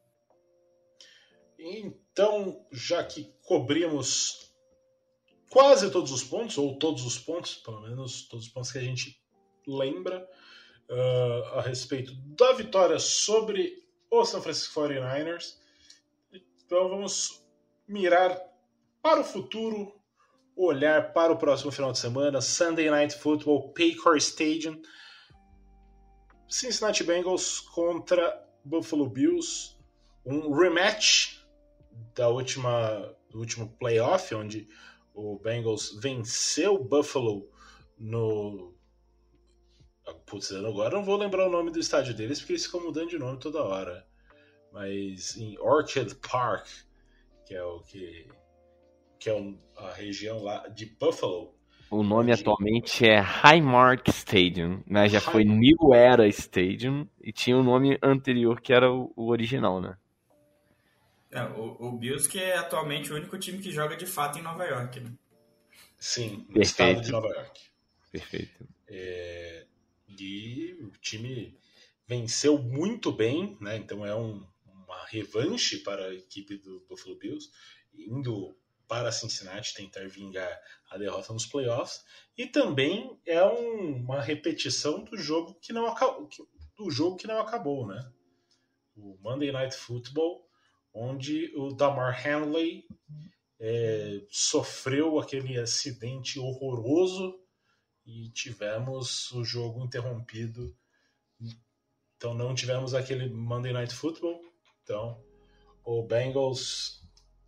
Então, já que cobrimos quase todos os pontos, ou todos os pontos, pelo menos todos os pontos que a gente lembra uh, a respeito da vitória sobre o San Francisco forty-niners, então vamos mirar para o futuro, olhar para o próximo final de semana, Sunday Night Football, Paycor Stadium, Cincinnati Bengals contra Buffalo Bills, um rematch da última, do último playoff, onde o Bengals venceu o Buffalo no... Putz, agora não vou lembrar o nome do estádio deles, porque eles ficam mudando de nome toda hora, mas em Orchard Park, que é o que que é um, a região lá de Buffalo. O nome onde... atualmente é Highmark Stadium, né? Já foi New Era Stadium e tinha o um nome anterior que era o, o original, né? É, o, o Bills que é atualmente o único time que joga de fato em Nova York, né? Sim, no Perfeito. estado de Nova York. Perfeito. É, e o time venceu muito bem, né? Então é um, uma revanche para a equipe do Buffalo Bills, indo para Cincinnati tentar vingar a derrota nos playoffs, e também é um, uma repetição do jogo que não acabou, do jogo que não acabou, né? O Monday Night Football, onde o Damar Hamlin é, sofreu aquele acidente horroroso e tivemos o jogo interrompido. Então não tivemos aquele Monday Night Football. Então o Bengals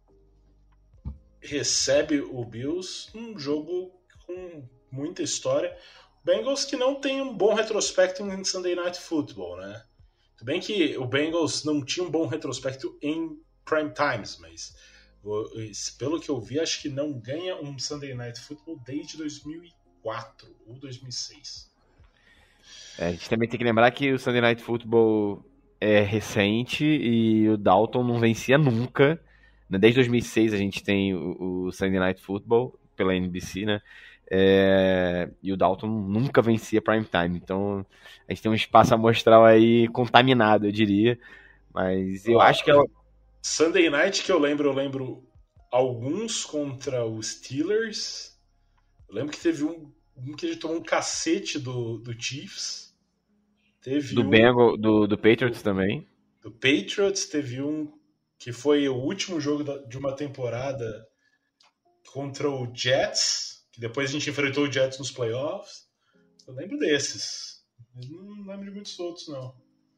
recebe o Bills, um jogo com muita história. Bengals que não tem um bom retrospecto em Sunday Night Football, né? Tudo bem que o Bengals não tinha um bom retrospecto em prime times, mas pelo que eu vi, acho que não ganha um Sunday Night Football desde dois mil e quatro ou dois mil e seis. É, a gente também tem que lembrar que o Sunday Night Football é recente e o Dalton não vencia nunca. Desde dois mil e seis a gente tem o, o Sunday Night Football pela N B C, né? É, e o Dalton nunca vencia prime time. Então a gente tem um espaço amostral aí contaminado, eu diria. Mas eu ah, acho que ela... Sunday Night que eu lembro, eu lembro alguns contra os Steelers. Eu lembro que teve um, um que ele tomou um cacete do, do Chiefs. Teve do um, Bengal, do, do Patriots do, também. Do Patriots, teve um que foi o último jogo da, de uma temporada contra o Jets, que depois a gente enfrentou o Jets nos playoffs. Eu lembro desses. Mas não lembro de muitos outros, não.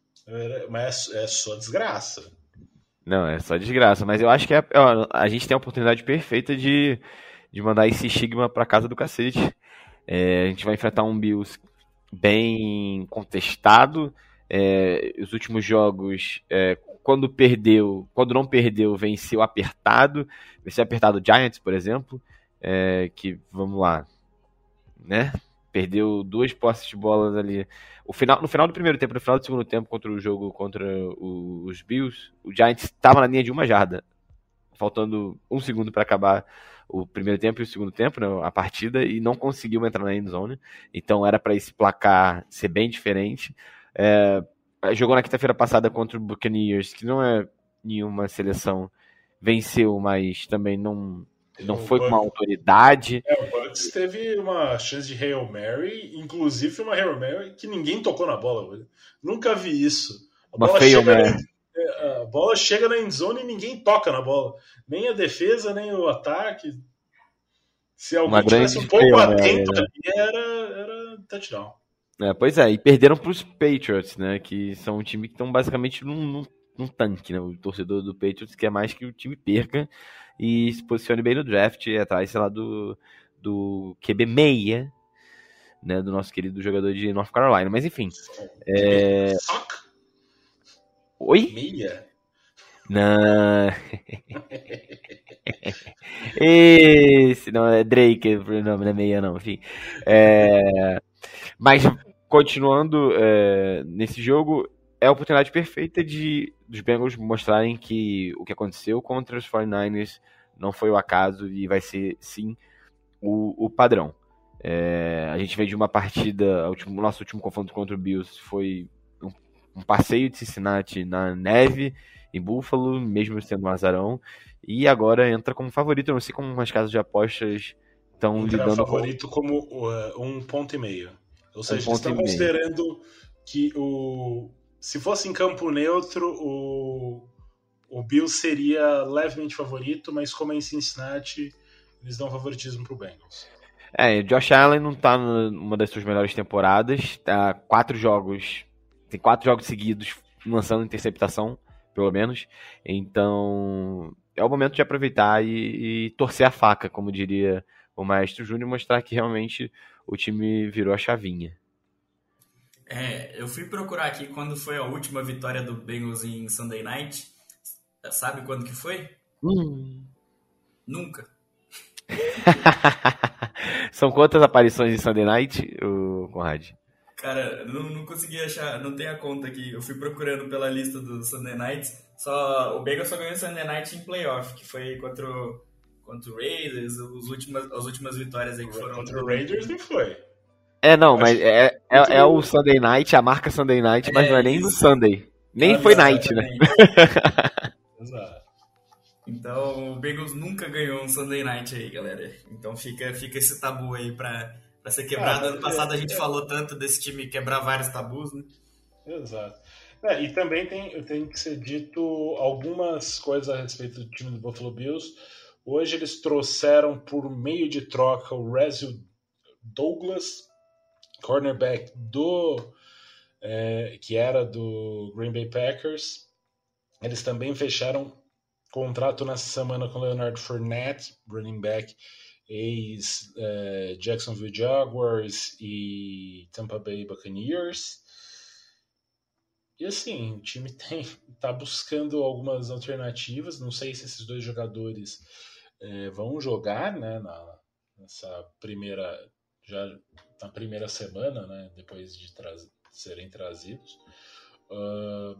Mas é, é só desgraça. Não, é só desgraça. Mas eu acho que é, ó, a gente tem a oportunidade perfeita de, de mandar esse estigma pra casa do cacete. É, a gente vai enfrentar um Bills bem contestado. É, os últimos jogos, é, quando perdeu, quando não perdeu, venceu apertado. Venceu apertado o Giants, por exemplo. É, que, vamos lá, né? Perdeu duas posses de bolas ali. O final, no final do primeiro tempo, no final do segundo tempo, contra o jogo contra o, os Bills, o Giants estava na linha de uma jarda, faltando um segundo para acabar o primeiro tempo e o segundo tempo, né, a partida, e não conseguiu entrar na endzone. Então era para esse placar ser bem diferente. É, jogou na quinta-feira passada contra o Buccaneers, que não é nenhuma seleção, venceu, mas também não, não foi com uma autoridade. É, o Bucks teve uma chance de Hail Mary, inclusive uma Hail Mary que ninguém tocou na bola. Nunca vi isso. A uma bola, chega na, a bola chega na endzone e ninguém toca na bola. Nem a defesa, nem o ataque. Se alguém tivesse um pouco atento ali, era, era touchdown. É, pois é, e perderam para os Patriots, né? Que são um time que estão basicamente num, num, num tanque, né? O torcedor do Patriots quer mais que o time perca e se posicione bem no draft, atrás, sei lá, do, do Q B meia, né? Do nosso querido jogador de North Carolina. Mas enfim. É... Oi? Meia? Não. Esse não é Drake, o nome não é meia, não. Enfim. É... Mas continuando é, nesse jogo, é a oportunidade perfeita de dos Bengals mostrarem que o que aconteceu contra os quarenta e nove ers não foi o acaso e vai ser, sim, o, o padrão. É, a gente veio de uma partida, o último, nosso último confronto contra o Bills foi um, um passeio de Cincinnati na neve, em Buffalo, mesmo sendo um azarão, e agora entra como favorito. Eu não sei como as casas de apostas estão lidando com... favorito como uh, um ponto e meio. Ou seja, um eles estão considerando que o... se fosse em campo neutro, o, o Bills seria levemente favorito, mas como é em Cincinnati, eles dão favoritismo pro Bengals. É, o Josh Allen não tá numa das suas melhores temporadas, tá quatro jogos, tem quatro jogos seguidos lançando interceptação, pelo menos, então é o momento de aproveitar e, e torcer a faca, como diria o Maestro Júnior, e mostrar que realmente o time virou a chavinha. É, eu fui procurar aqui quando foi a última vitória do Bengals em Sunday Night. Sabe quando que foi? Hum. Nunca. São quantas aparições em Sunday Night, o Conrad? Cara, não, não consegui achar, não tem a conta aqui. Eu fui procurando pela lista do Sunday Nights. Só, o Bengals só ganhou o Sunday Night em playoff, que foi contra o, contra o Raiders, os últimas, as últimas vitórias aí que foram... Contra o Raiders não foi. É, não, Acho mas que- é, é, é o Sunday Night, a marca Sunday Night, mas É, não é nem no isso. Sunday. Nem Ah, foi Night, né? exatamente. Exato. Então, o Bengals nunca ganhou um Sunday Night aí, galera. Então fica, fica esse tabu aí pra, pra ser quebrado. Ah, Ano passado a gente é- falou tanto desse time quebrar vários tabus, né? Exato. É, e também tem, tem que ser dito algumas coisas a respeito do time do Buffalo Bills. Hoje eles trouxeram por meio de troca o Razil Douglas, cornerback do é, que era do Green Bay Packers. Eles também fecharam contrato nessa semana com Leonard Fournette, running back ex é, Jacksonville Jaguars e Tampa Bay Buccaneers. E assim, o time tem, tá buscando algumas alternativas. Não sei se esses dois jogadores é, vão jogar, né, na, nessa primeira, já na primeira semana, né, depois de tra- serem trazidos. Uh,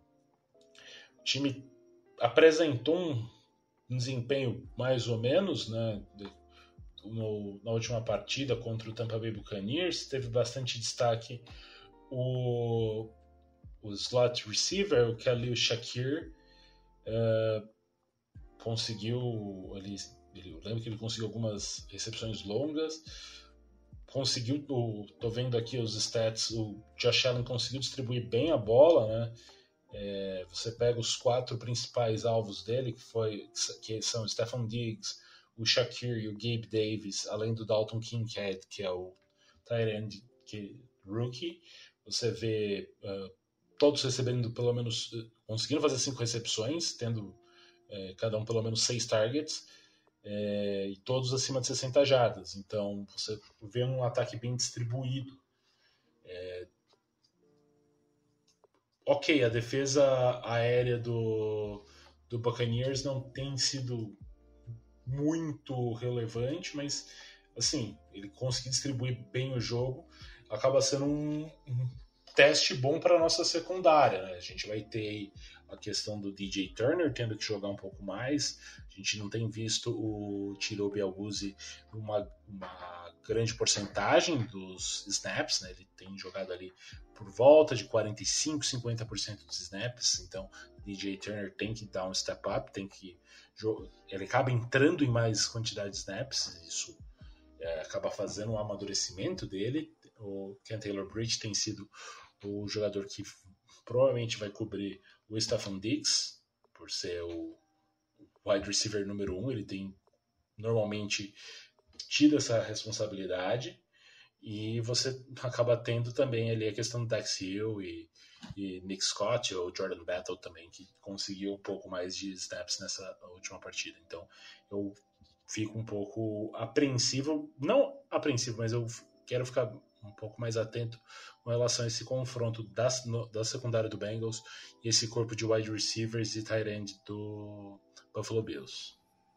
o time apresentou um, um desempenho mais ou menos, né, de, no, na última partida contra o Tampa Bay Buccaneers. Teve bastante destaque o o slot receiver, o Khalil Shakir, uh, conseguiu ali, eu lembro que ele conseguiu algumas recepções longas, conseguiu, tô vendo aqui os stats, o Josh Allen conseguiu distribuir bem a bola, né? É, você pega os quatro principais alvos dele, que, foi, que são o Stephon Diggs, o Shakir e o Gabe Davis, além do Dalton Kincaid, que é o tight end que, rookie. Você vê uh, todos recebendo pelo menos, conseguindo fazer cinco recepções, tendo é, cada um pelo menos seis targets, é, e todos acima de sessenta jardas. Então você vê um ataque bem distribuído. É... Ok, a defesa aérea do, do Buccaneers não tem sido muito relevante, mas assim, ele conseguir distribuir bem o jogo acaba sendo um, um teste bom para a nossa secundária, né? A gente vai ter a questão do D J Turner tendo que jogar um pouco mais. A gente não tem visto o Chidobe Awuzie numa uma grande porcentagem dos snaps, né? Ele tem jogado ali por volta de quarenta e cinco, cinquenta por cento dos snaps. Então, o D J Turner tem que dar um step up, tem que ele acaba entrando em mais quantidade de snaps. Isso é, acaba fazendo um amadurecimento dele. O Ken Taylor-Britt tem sido o jogador que provavelmente vai cobrir o Stephon Diggs, por ser o wide receiver número um. Ele tem normalmente tido essa responsabilidade, e você acaba tendo também ali a questão do Dax Hill e, e Nick Scott ou Jordan Battle também, que conseguiu um pouco mais de snaps nessa última partida. Então eu fico um pouco apreensivo, não apreensivo, mas eu quero ficar um pouco mais atento com relação a esse confronto da, no, da secundária do Bengals e esse corpo de wide receivers e tight end do Buffalo Bills.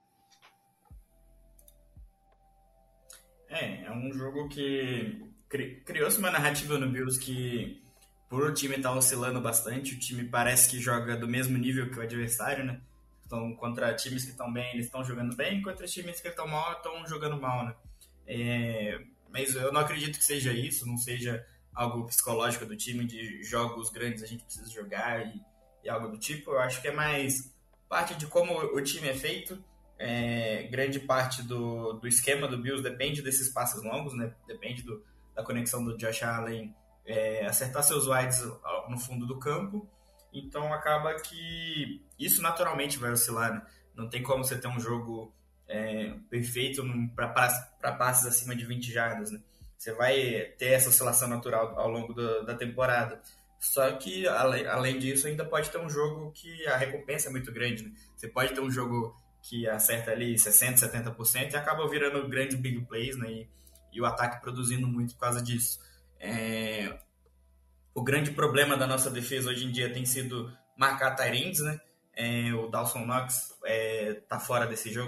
É, é um jogo que cri, criou-se uma narrativa no Bills que, por o time estar tá oscilando bastante, o time parece que joga do mesmo nível que o adversário, né? Então, contra times que estão bem, eles estão jogando bem, contra times que estão mal, estão jogando mal, né? É, mas eu não acredito que seja isso, não seja algo psicológico do time, de jogos grandes a gente precisa jogar e, e algo do tipo. Eu acho que é mais parte de como o time é feito. É, grande parte do, do esquema do Bills depende desses passes longos, né? Depende do, da conexão do Josh Allen, é, acertar seus wides no fundo do campo. Então acaba que isso naturalmente vai oscilar, né? Não tem como você ter um jogo é, perfeito para passes acima de vinte jardas, né? Você vai ter essa oscilação natural ao longo do, da temporada. Só que, além, além disso, ainda pode ter um jogo que a recompensa é muito grande, né? Você pode ter um jogo que acerta ali sessenta, setenta por cento e acaba virando grandes big plays, né? E, e o ataque produzindo muito por causa disso. É... O grande problema da nossa defesa hoje em dia tem sido marcar tight ends, né? É, o Dawson Knox é, tá fora desse jogo.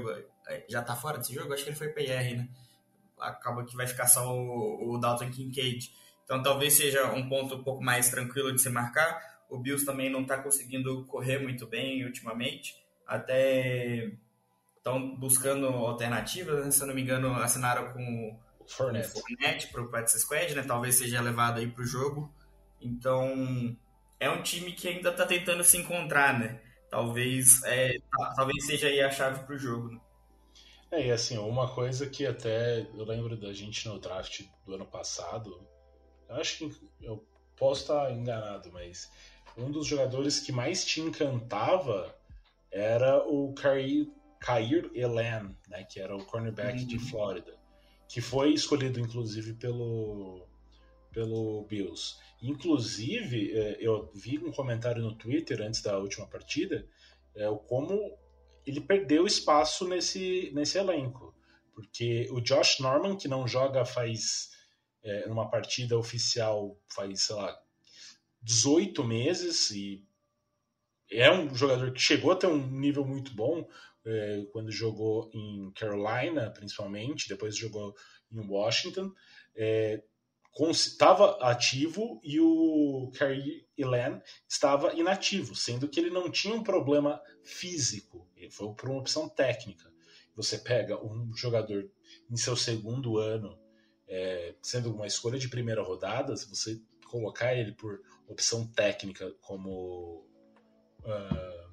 já tá fora desse jogo? Acho que ele foi P R, né? Acaba que vai ficar só o, o Dalton Kincaid. Então talvez seja um ponto um pouco mais tranquilo de se marcar. O Bills também não está conseguindo correr muito bem ultimamente. Até estão buscando alternativas, né? Se eu não me engano, assinaram com o Fournette, Fournette para o Practice Squad, né? Talvez seja levado aí para o jogo. Então é um time que ainda está tentando se encontrar, né? Talvez, é, talvez seja aí a chave para o jogo, né? É, e assim, uma coisa que até eu lembro da gente no draft do ano passado, eu acho que eu posso estar enganado, mas um dos jogadores que mais te encantava era o Kaiir Elam, né, que era o cornerback uhum. de Flórida, que foi escolhido inclusive pelo, pelo Bills. Inclusive, eu vi um comentário no Twitter antes da última partida, é, como ele perdeu espaço nesse, nesse elenco, porque o Josh Norman, que não joga faz, é, numa partida oficial, faz, sei lá, dezoito meses, e é um jogador que chegou a ter um nível muito bom, é, quando jogou em Carolina, principalmente, depois jogou em Washington, é, estava ativo, e o Kaiir Elam estava inativo, sendo que ele não tinha um problema físico, ele foi por uma opção técnica. Você pega um jogador em seu segundo ano, é, sendo uma escolha de primeira rodada, se você colocar ele por opção técnica como, uh,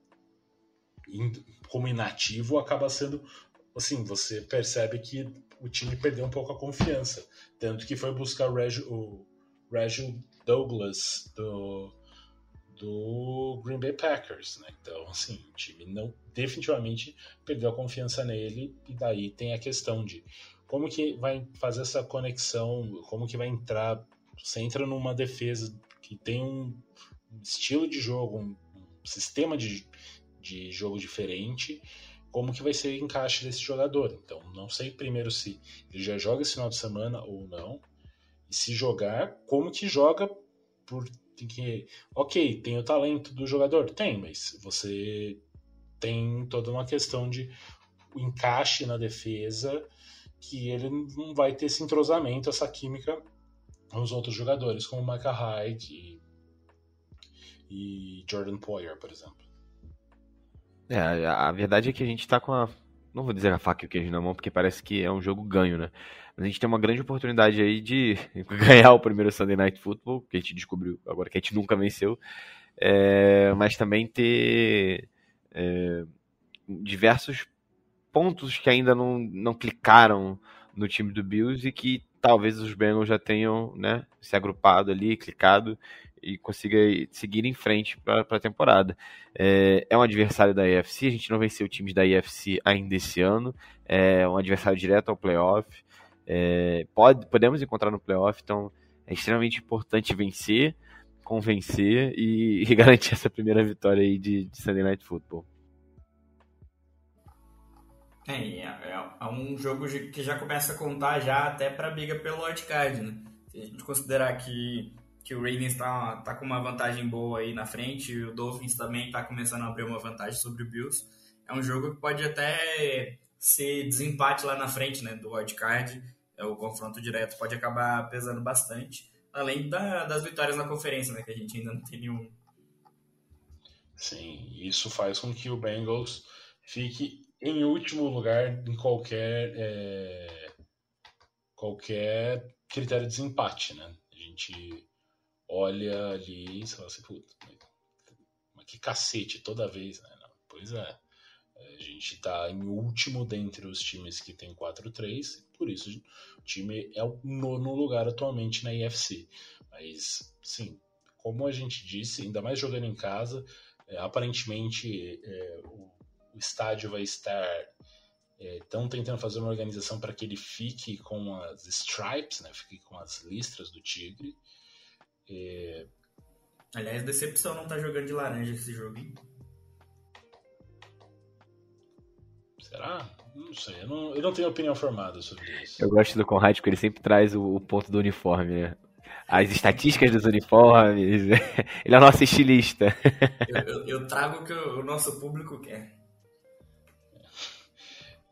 como inativo, acaba sendo assim, você percebe que o time perdeu um pouco a confiança, tanto que foi buscar o Reggie, o Reggie Douglas do, do Green Bay Packers, né? Então, assim, o time não, definitivamente perdeu a confiança nele, e daí tem a questão de como que vai fazer essa conexão, como que vai entrar, você entra numa defesa que tem um estilo de jogo, um, um sistema de, de jogo diferente, como que vai ser o encaixe desse jogador. Então, não sei primeiro se ele já joga esse final de semana ou não, e se jogar, como que joga, porque, ok, tem o talento do jogador? Tem, mas você tem toda uma questão de o encaixe na defesa, que ele não vai ter esse entrosamento, essa química com os outros jogadores, como o Micah Hyde e, e Jordan Poyer, por exemplo. É, a verdade é que a gente tá com a... Não vou dizer a faca e o queijo na mão, porque parece que é um jogo ganho, né? Mas a gente tem uma grande oportunidade aí de ganhar o primeiro Sunday Night Football, que a gente descobriu agora que a gente nunca venceu, é... mas também ter é... diversos pontos que ainda não, não clicaram no time do Bills e que talvez os Bengals já tenham, né, se agrupado ali, clicado e consiga seguir em frente para a temporada. É, é um adversário da A F C, a gente não venceu times da A F C ainda esse ano, é um adversário direto ao playoff, é, pode, podemos encontrar no playoff, então é extremamente importante vencer, convencer e, e garantir essa primeira vitória aí de, de Sunday Night Football. É, é, é um jogo que já começa a contar já até para a briga pelo wildcard, né? Se a gente considerar que, que o Ravens está tá com uma vantagem boa aí na frente, e o Dolphins também está começando a abrir uma vantagem sobre o Bills, é um jogo que pode até ser desempate lá na frente, né, do wildcard. É, o confronto direto pode acabar pesando bastante, além da, das vitórias na conferência, né, que a gente ainda não tem nenhum. Sim, isso faz com que o Bengals fique em último lugar em qualquer é, qualquer critério de desempate, né? A gente olha ali e fala assim, puta, mas que cacete toda vez, né? Não, pois é, a gente tá em último dentre os times que tem quatro a três, por isso o time é o nono lugar atualmente na A F C. Mas, sim, como a gente disse, ainda mais jogando em casa, é, aparentemente é, o O estádio vai estar... Estão é, tentando fazer uma organização para que ele fique com as stripes, né? Fique com as listras do tigre. É... Aliás, decepção não tá jogando de laranja esse jogo, hein? Será? Não sei. Eu não, eu não tenho opinião formada sobre isso. Eu gosto do Conrad porque ele sempre traz o, o ponto do uniforme, né? As estatísticas dos uniformes. Ele é o nosso estilista. Eu, eu, eu trago o que o nosso público quer.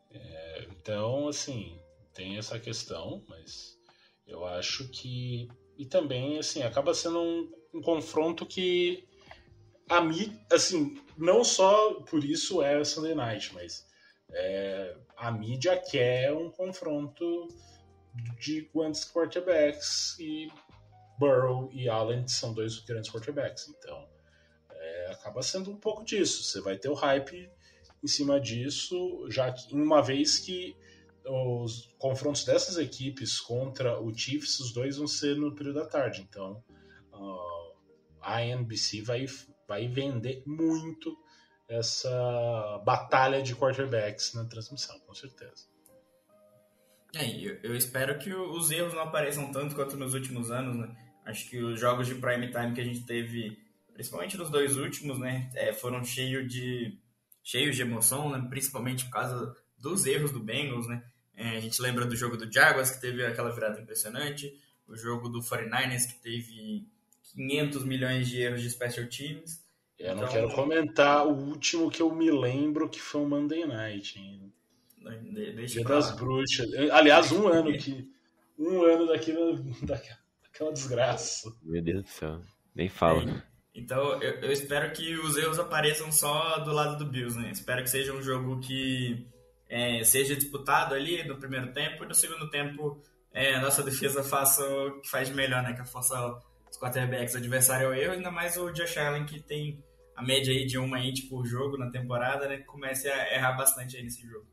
Então, assim, tem essa questão, mas eu acho que... E também, assim, acaba sendo um, um confronto que a mídia, assim, não só por isso é Sunday Night, mas é, a mídia quer um confronto de grandes quarterbacks e Burrow e Allen são dois grandes quarterbacks. Então, é, acaba sendo um pouco disso. Você vai ter o hype em cima disso, já que uma vez que os confrontos dessas equipes contra o Chiefs, os dois vão ser no período da tarde. Então, uh, a N B C vai, vai vender muito essa batalha de quarterbacks na transmissão, com certeza. É, eu, eu espero que os erros não apareçam tanto quanto nos últimos anos, né? Acho que os jogos de prime time que a gente teve, principalmente nos dois últimos, né, é, foram cheios de, cheios de emoção, né? Principalmente por causa dos erros do Bengals, né? É, a gente lembra do jogo do Jaguars, que teve aquela virada impressionante, o jogo do forty-niners, que teve quinhentos milhões de erros de special teams. Eu então, não quero comentar o último que eu me lembro, que foi o Monday Night, hein? Deixa Dia pra das lá. Bruxas. Aliás, um ano que. Um ano daquilo, daquela desgraça. Meu Deus do céu. Nem fala. É, então, eu, eu espero que os erros apareçam só do lado do Bills, né? Espero que seja um jogo que é, seja disputado ali no primeiro tempo e no segundo tempo é, a nossa defesa faça o que faz de melhor, né? Que é forçar os quarterbacks adversários ao erro, ainda mais o Josh Allen, que tem a média aí de uma hit por jogo na temporada, né? Que comece a errar bastante aí nesse jogo.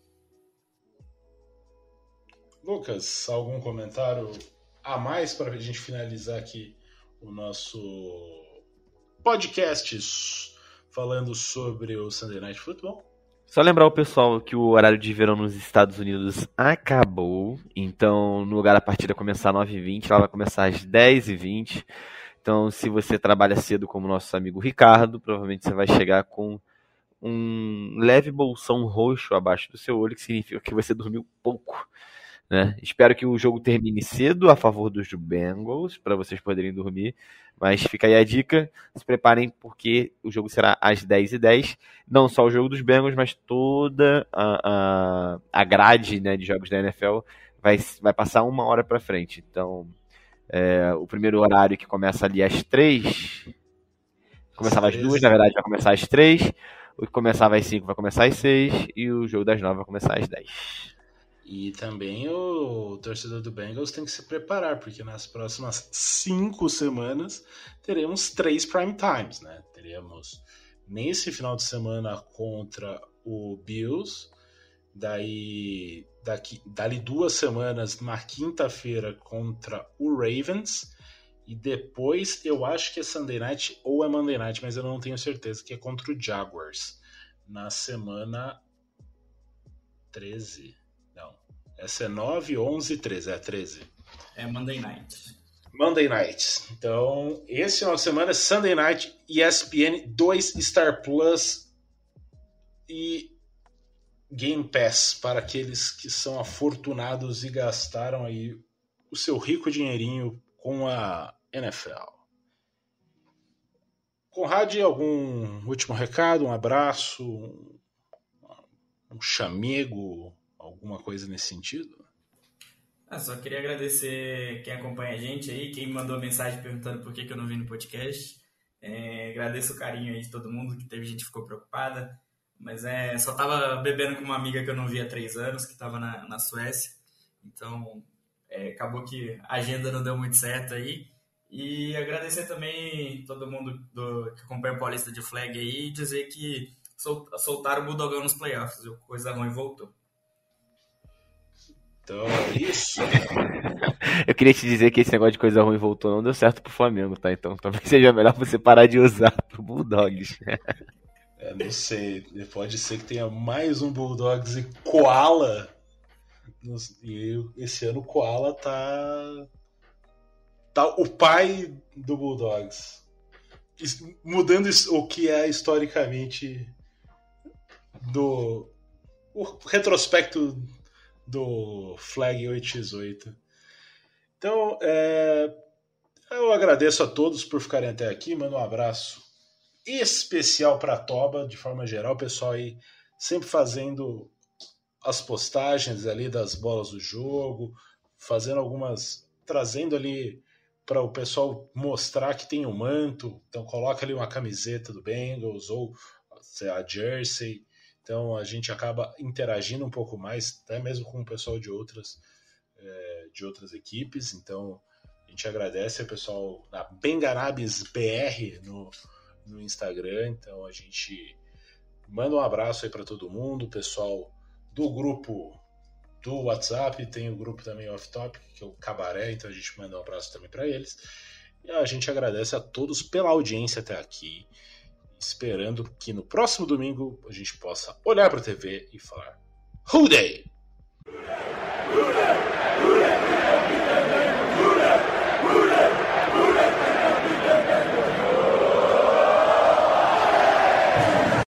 Lucas, algum comentário a mais para a gente finalizar aqui o nosso podcast falando sobre o Sunday Night Football? Só lembrar o pessoal que o horário de verão nos Estados Unidos acabou. Então, no lugar da partida começar às nove e vinte, ela vai começar às dez e vinte. Então, se você trabalha cedo como nosso amigo Ricardo, provavelmente você vai chegar com um leve bolsão roxo abaixo do seu olho, que significa que você dormiu pouco. Né? Espero que o jogo termine cedo a favor dos Bengals, para vocês poderem dormir, mas fica aí a dica, se preparem porque o jogo será às dez e dez, não só o jogo dos Bengals, mas toda a, a, a grade, né, de jogos da N F L vai, vai passar uma hora para frente. Então, é, o primeiro horário que começa ali às três, começava às duas, na verdade vai começar às três, o que começava às cinco vai começar às seis, e o jogo das nove vai começar às dez. E também o torcedor do Bengals tem que se preparar, porque nas próximas cinco semanas teremos três prime times, né? Teremos nesse final de semana contra o Bills, daí daqui, dali duas semanas na quinta-feira contra o Ravens, e depois eu acho que é Sunday Night ou é Monday Night, mas eu não tenho certeza, que é contra o Jaguars, na semana treze. Essa é nove, onze, treze. É treze. É Monday Night. Monday Night. Então, esse final de semana é Sunday Night, E S P N, dois Star Plus e Game Pass para aqueles que são afortunados e gastaram aí o seu rico dinheirinho com a N F L. Conrad, algum último recado, um abraço, um, um chamego, alguma coisa nesse sentido? Ah, só queria agradecer quem acompanha a gente aí, quem me mandou mensagem perguntando por que, que eu não vim no podcast. É, agradeço o carinho aí de todo mundo, que teve gente que ficou preocupada, mas é, só tava bebendo com uma amiga que eu não via há três anos, que tava na, na Suécia, então é, acabou que a agenda não deu muito certo aí. E agradecer também todo mundo do, que acompanha o Paulista de Flag aí e dizer que sol, soltaram o Bulldogão nos playoffs, viu? Coisa ruim voltou. Então é isso. Eu queria te dizer que esse negócio de coisa ruim voltou não deu certo pro Flamengo, tá? Então talvez seja melhor você parar de usar pro Bulldogs. É, não sei. Pode ser que tenha mais um Bulldogs e Koala. E esse ano o Koala tá. Tá o pai do Bulldogs. Mudando o que é historicamente do. O retrospecto do Flag oito por oito. Então, é, eu agradeço a todos por ficarem até aqui. Mando um abraço especial para a Toba, de forma geral. O pessoal aí sempre fazendo as postagens ali das bolas do jogo, fazendo algumas, trazendo ali para o pessoal mostrar que tem um manto, então coloca ali uma camiseta do Bengals ou a jersey, então a gente acaba interagindo um pouco mais, até mesmo com o pessoal de outras, é, de outras equipes, então a gente agradece ao pessoal da Bengarabes B R no, no Instagram, então a gente manda um abraço aí para todo mundo, o pessoal do grupo do WhatsApp, tem o grupo também Off Topic, que é o Cabaré, então a gente manda um abraço também para eles. E a gente agradece a todos pela audiência até aqui, esperando que no próximo domingo a gente possa olhar para a T V e falar Who Dey?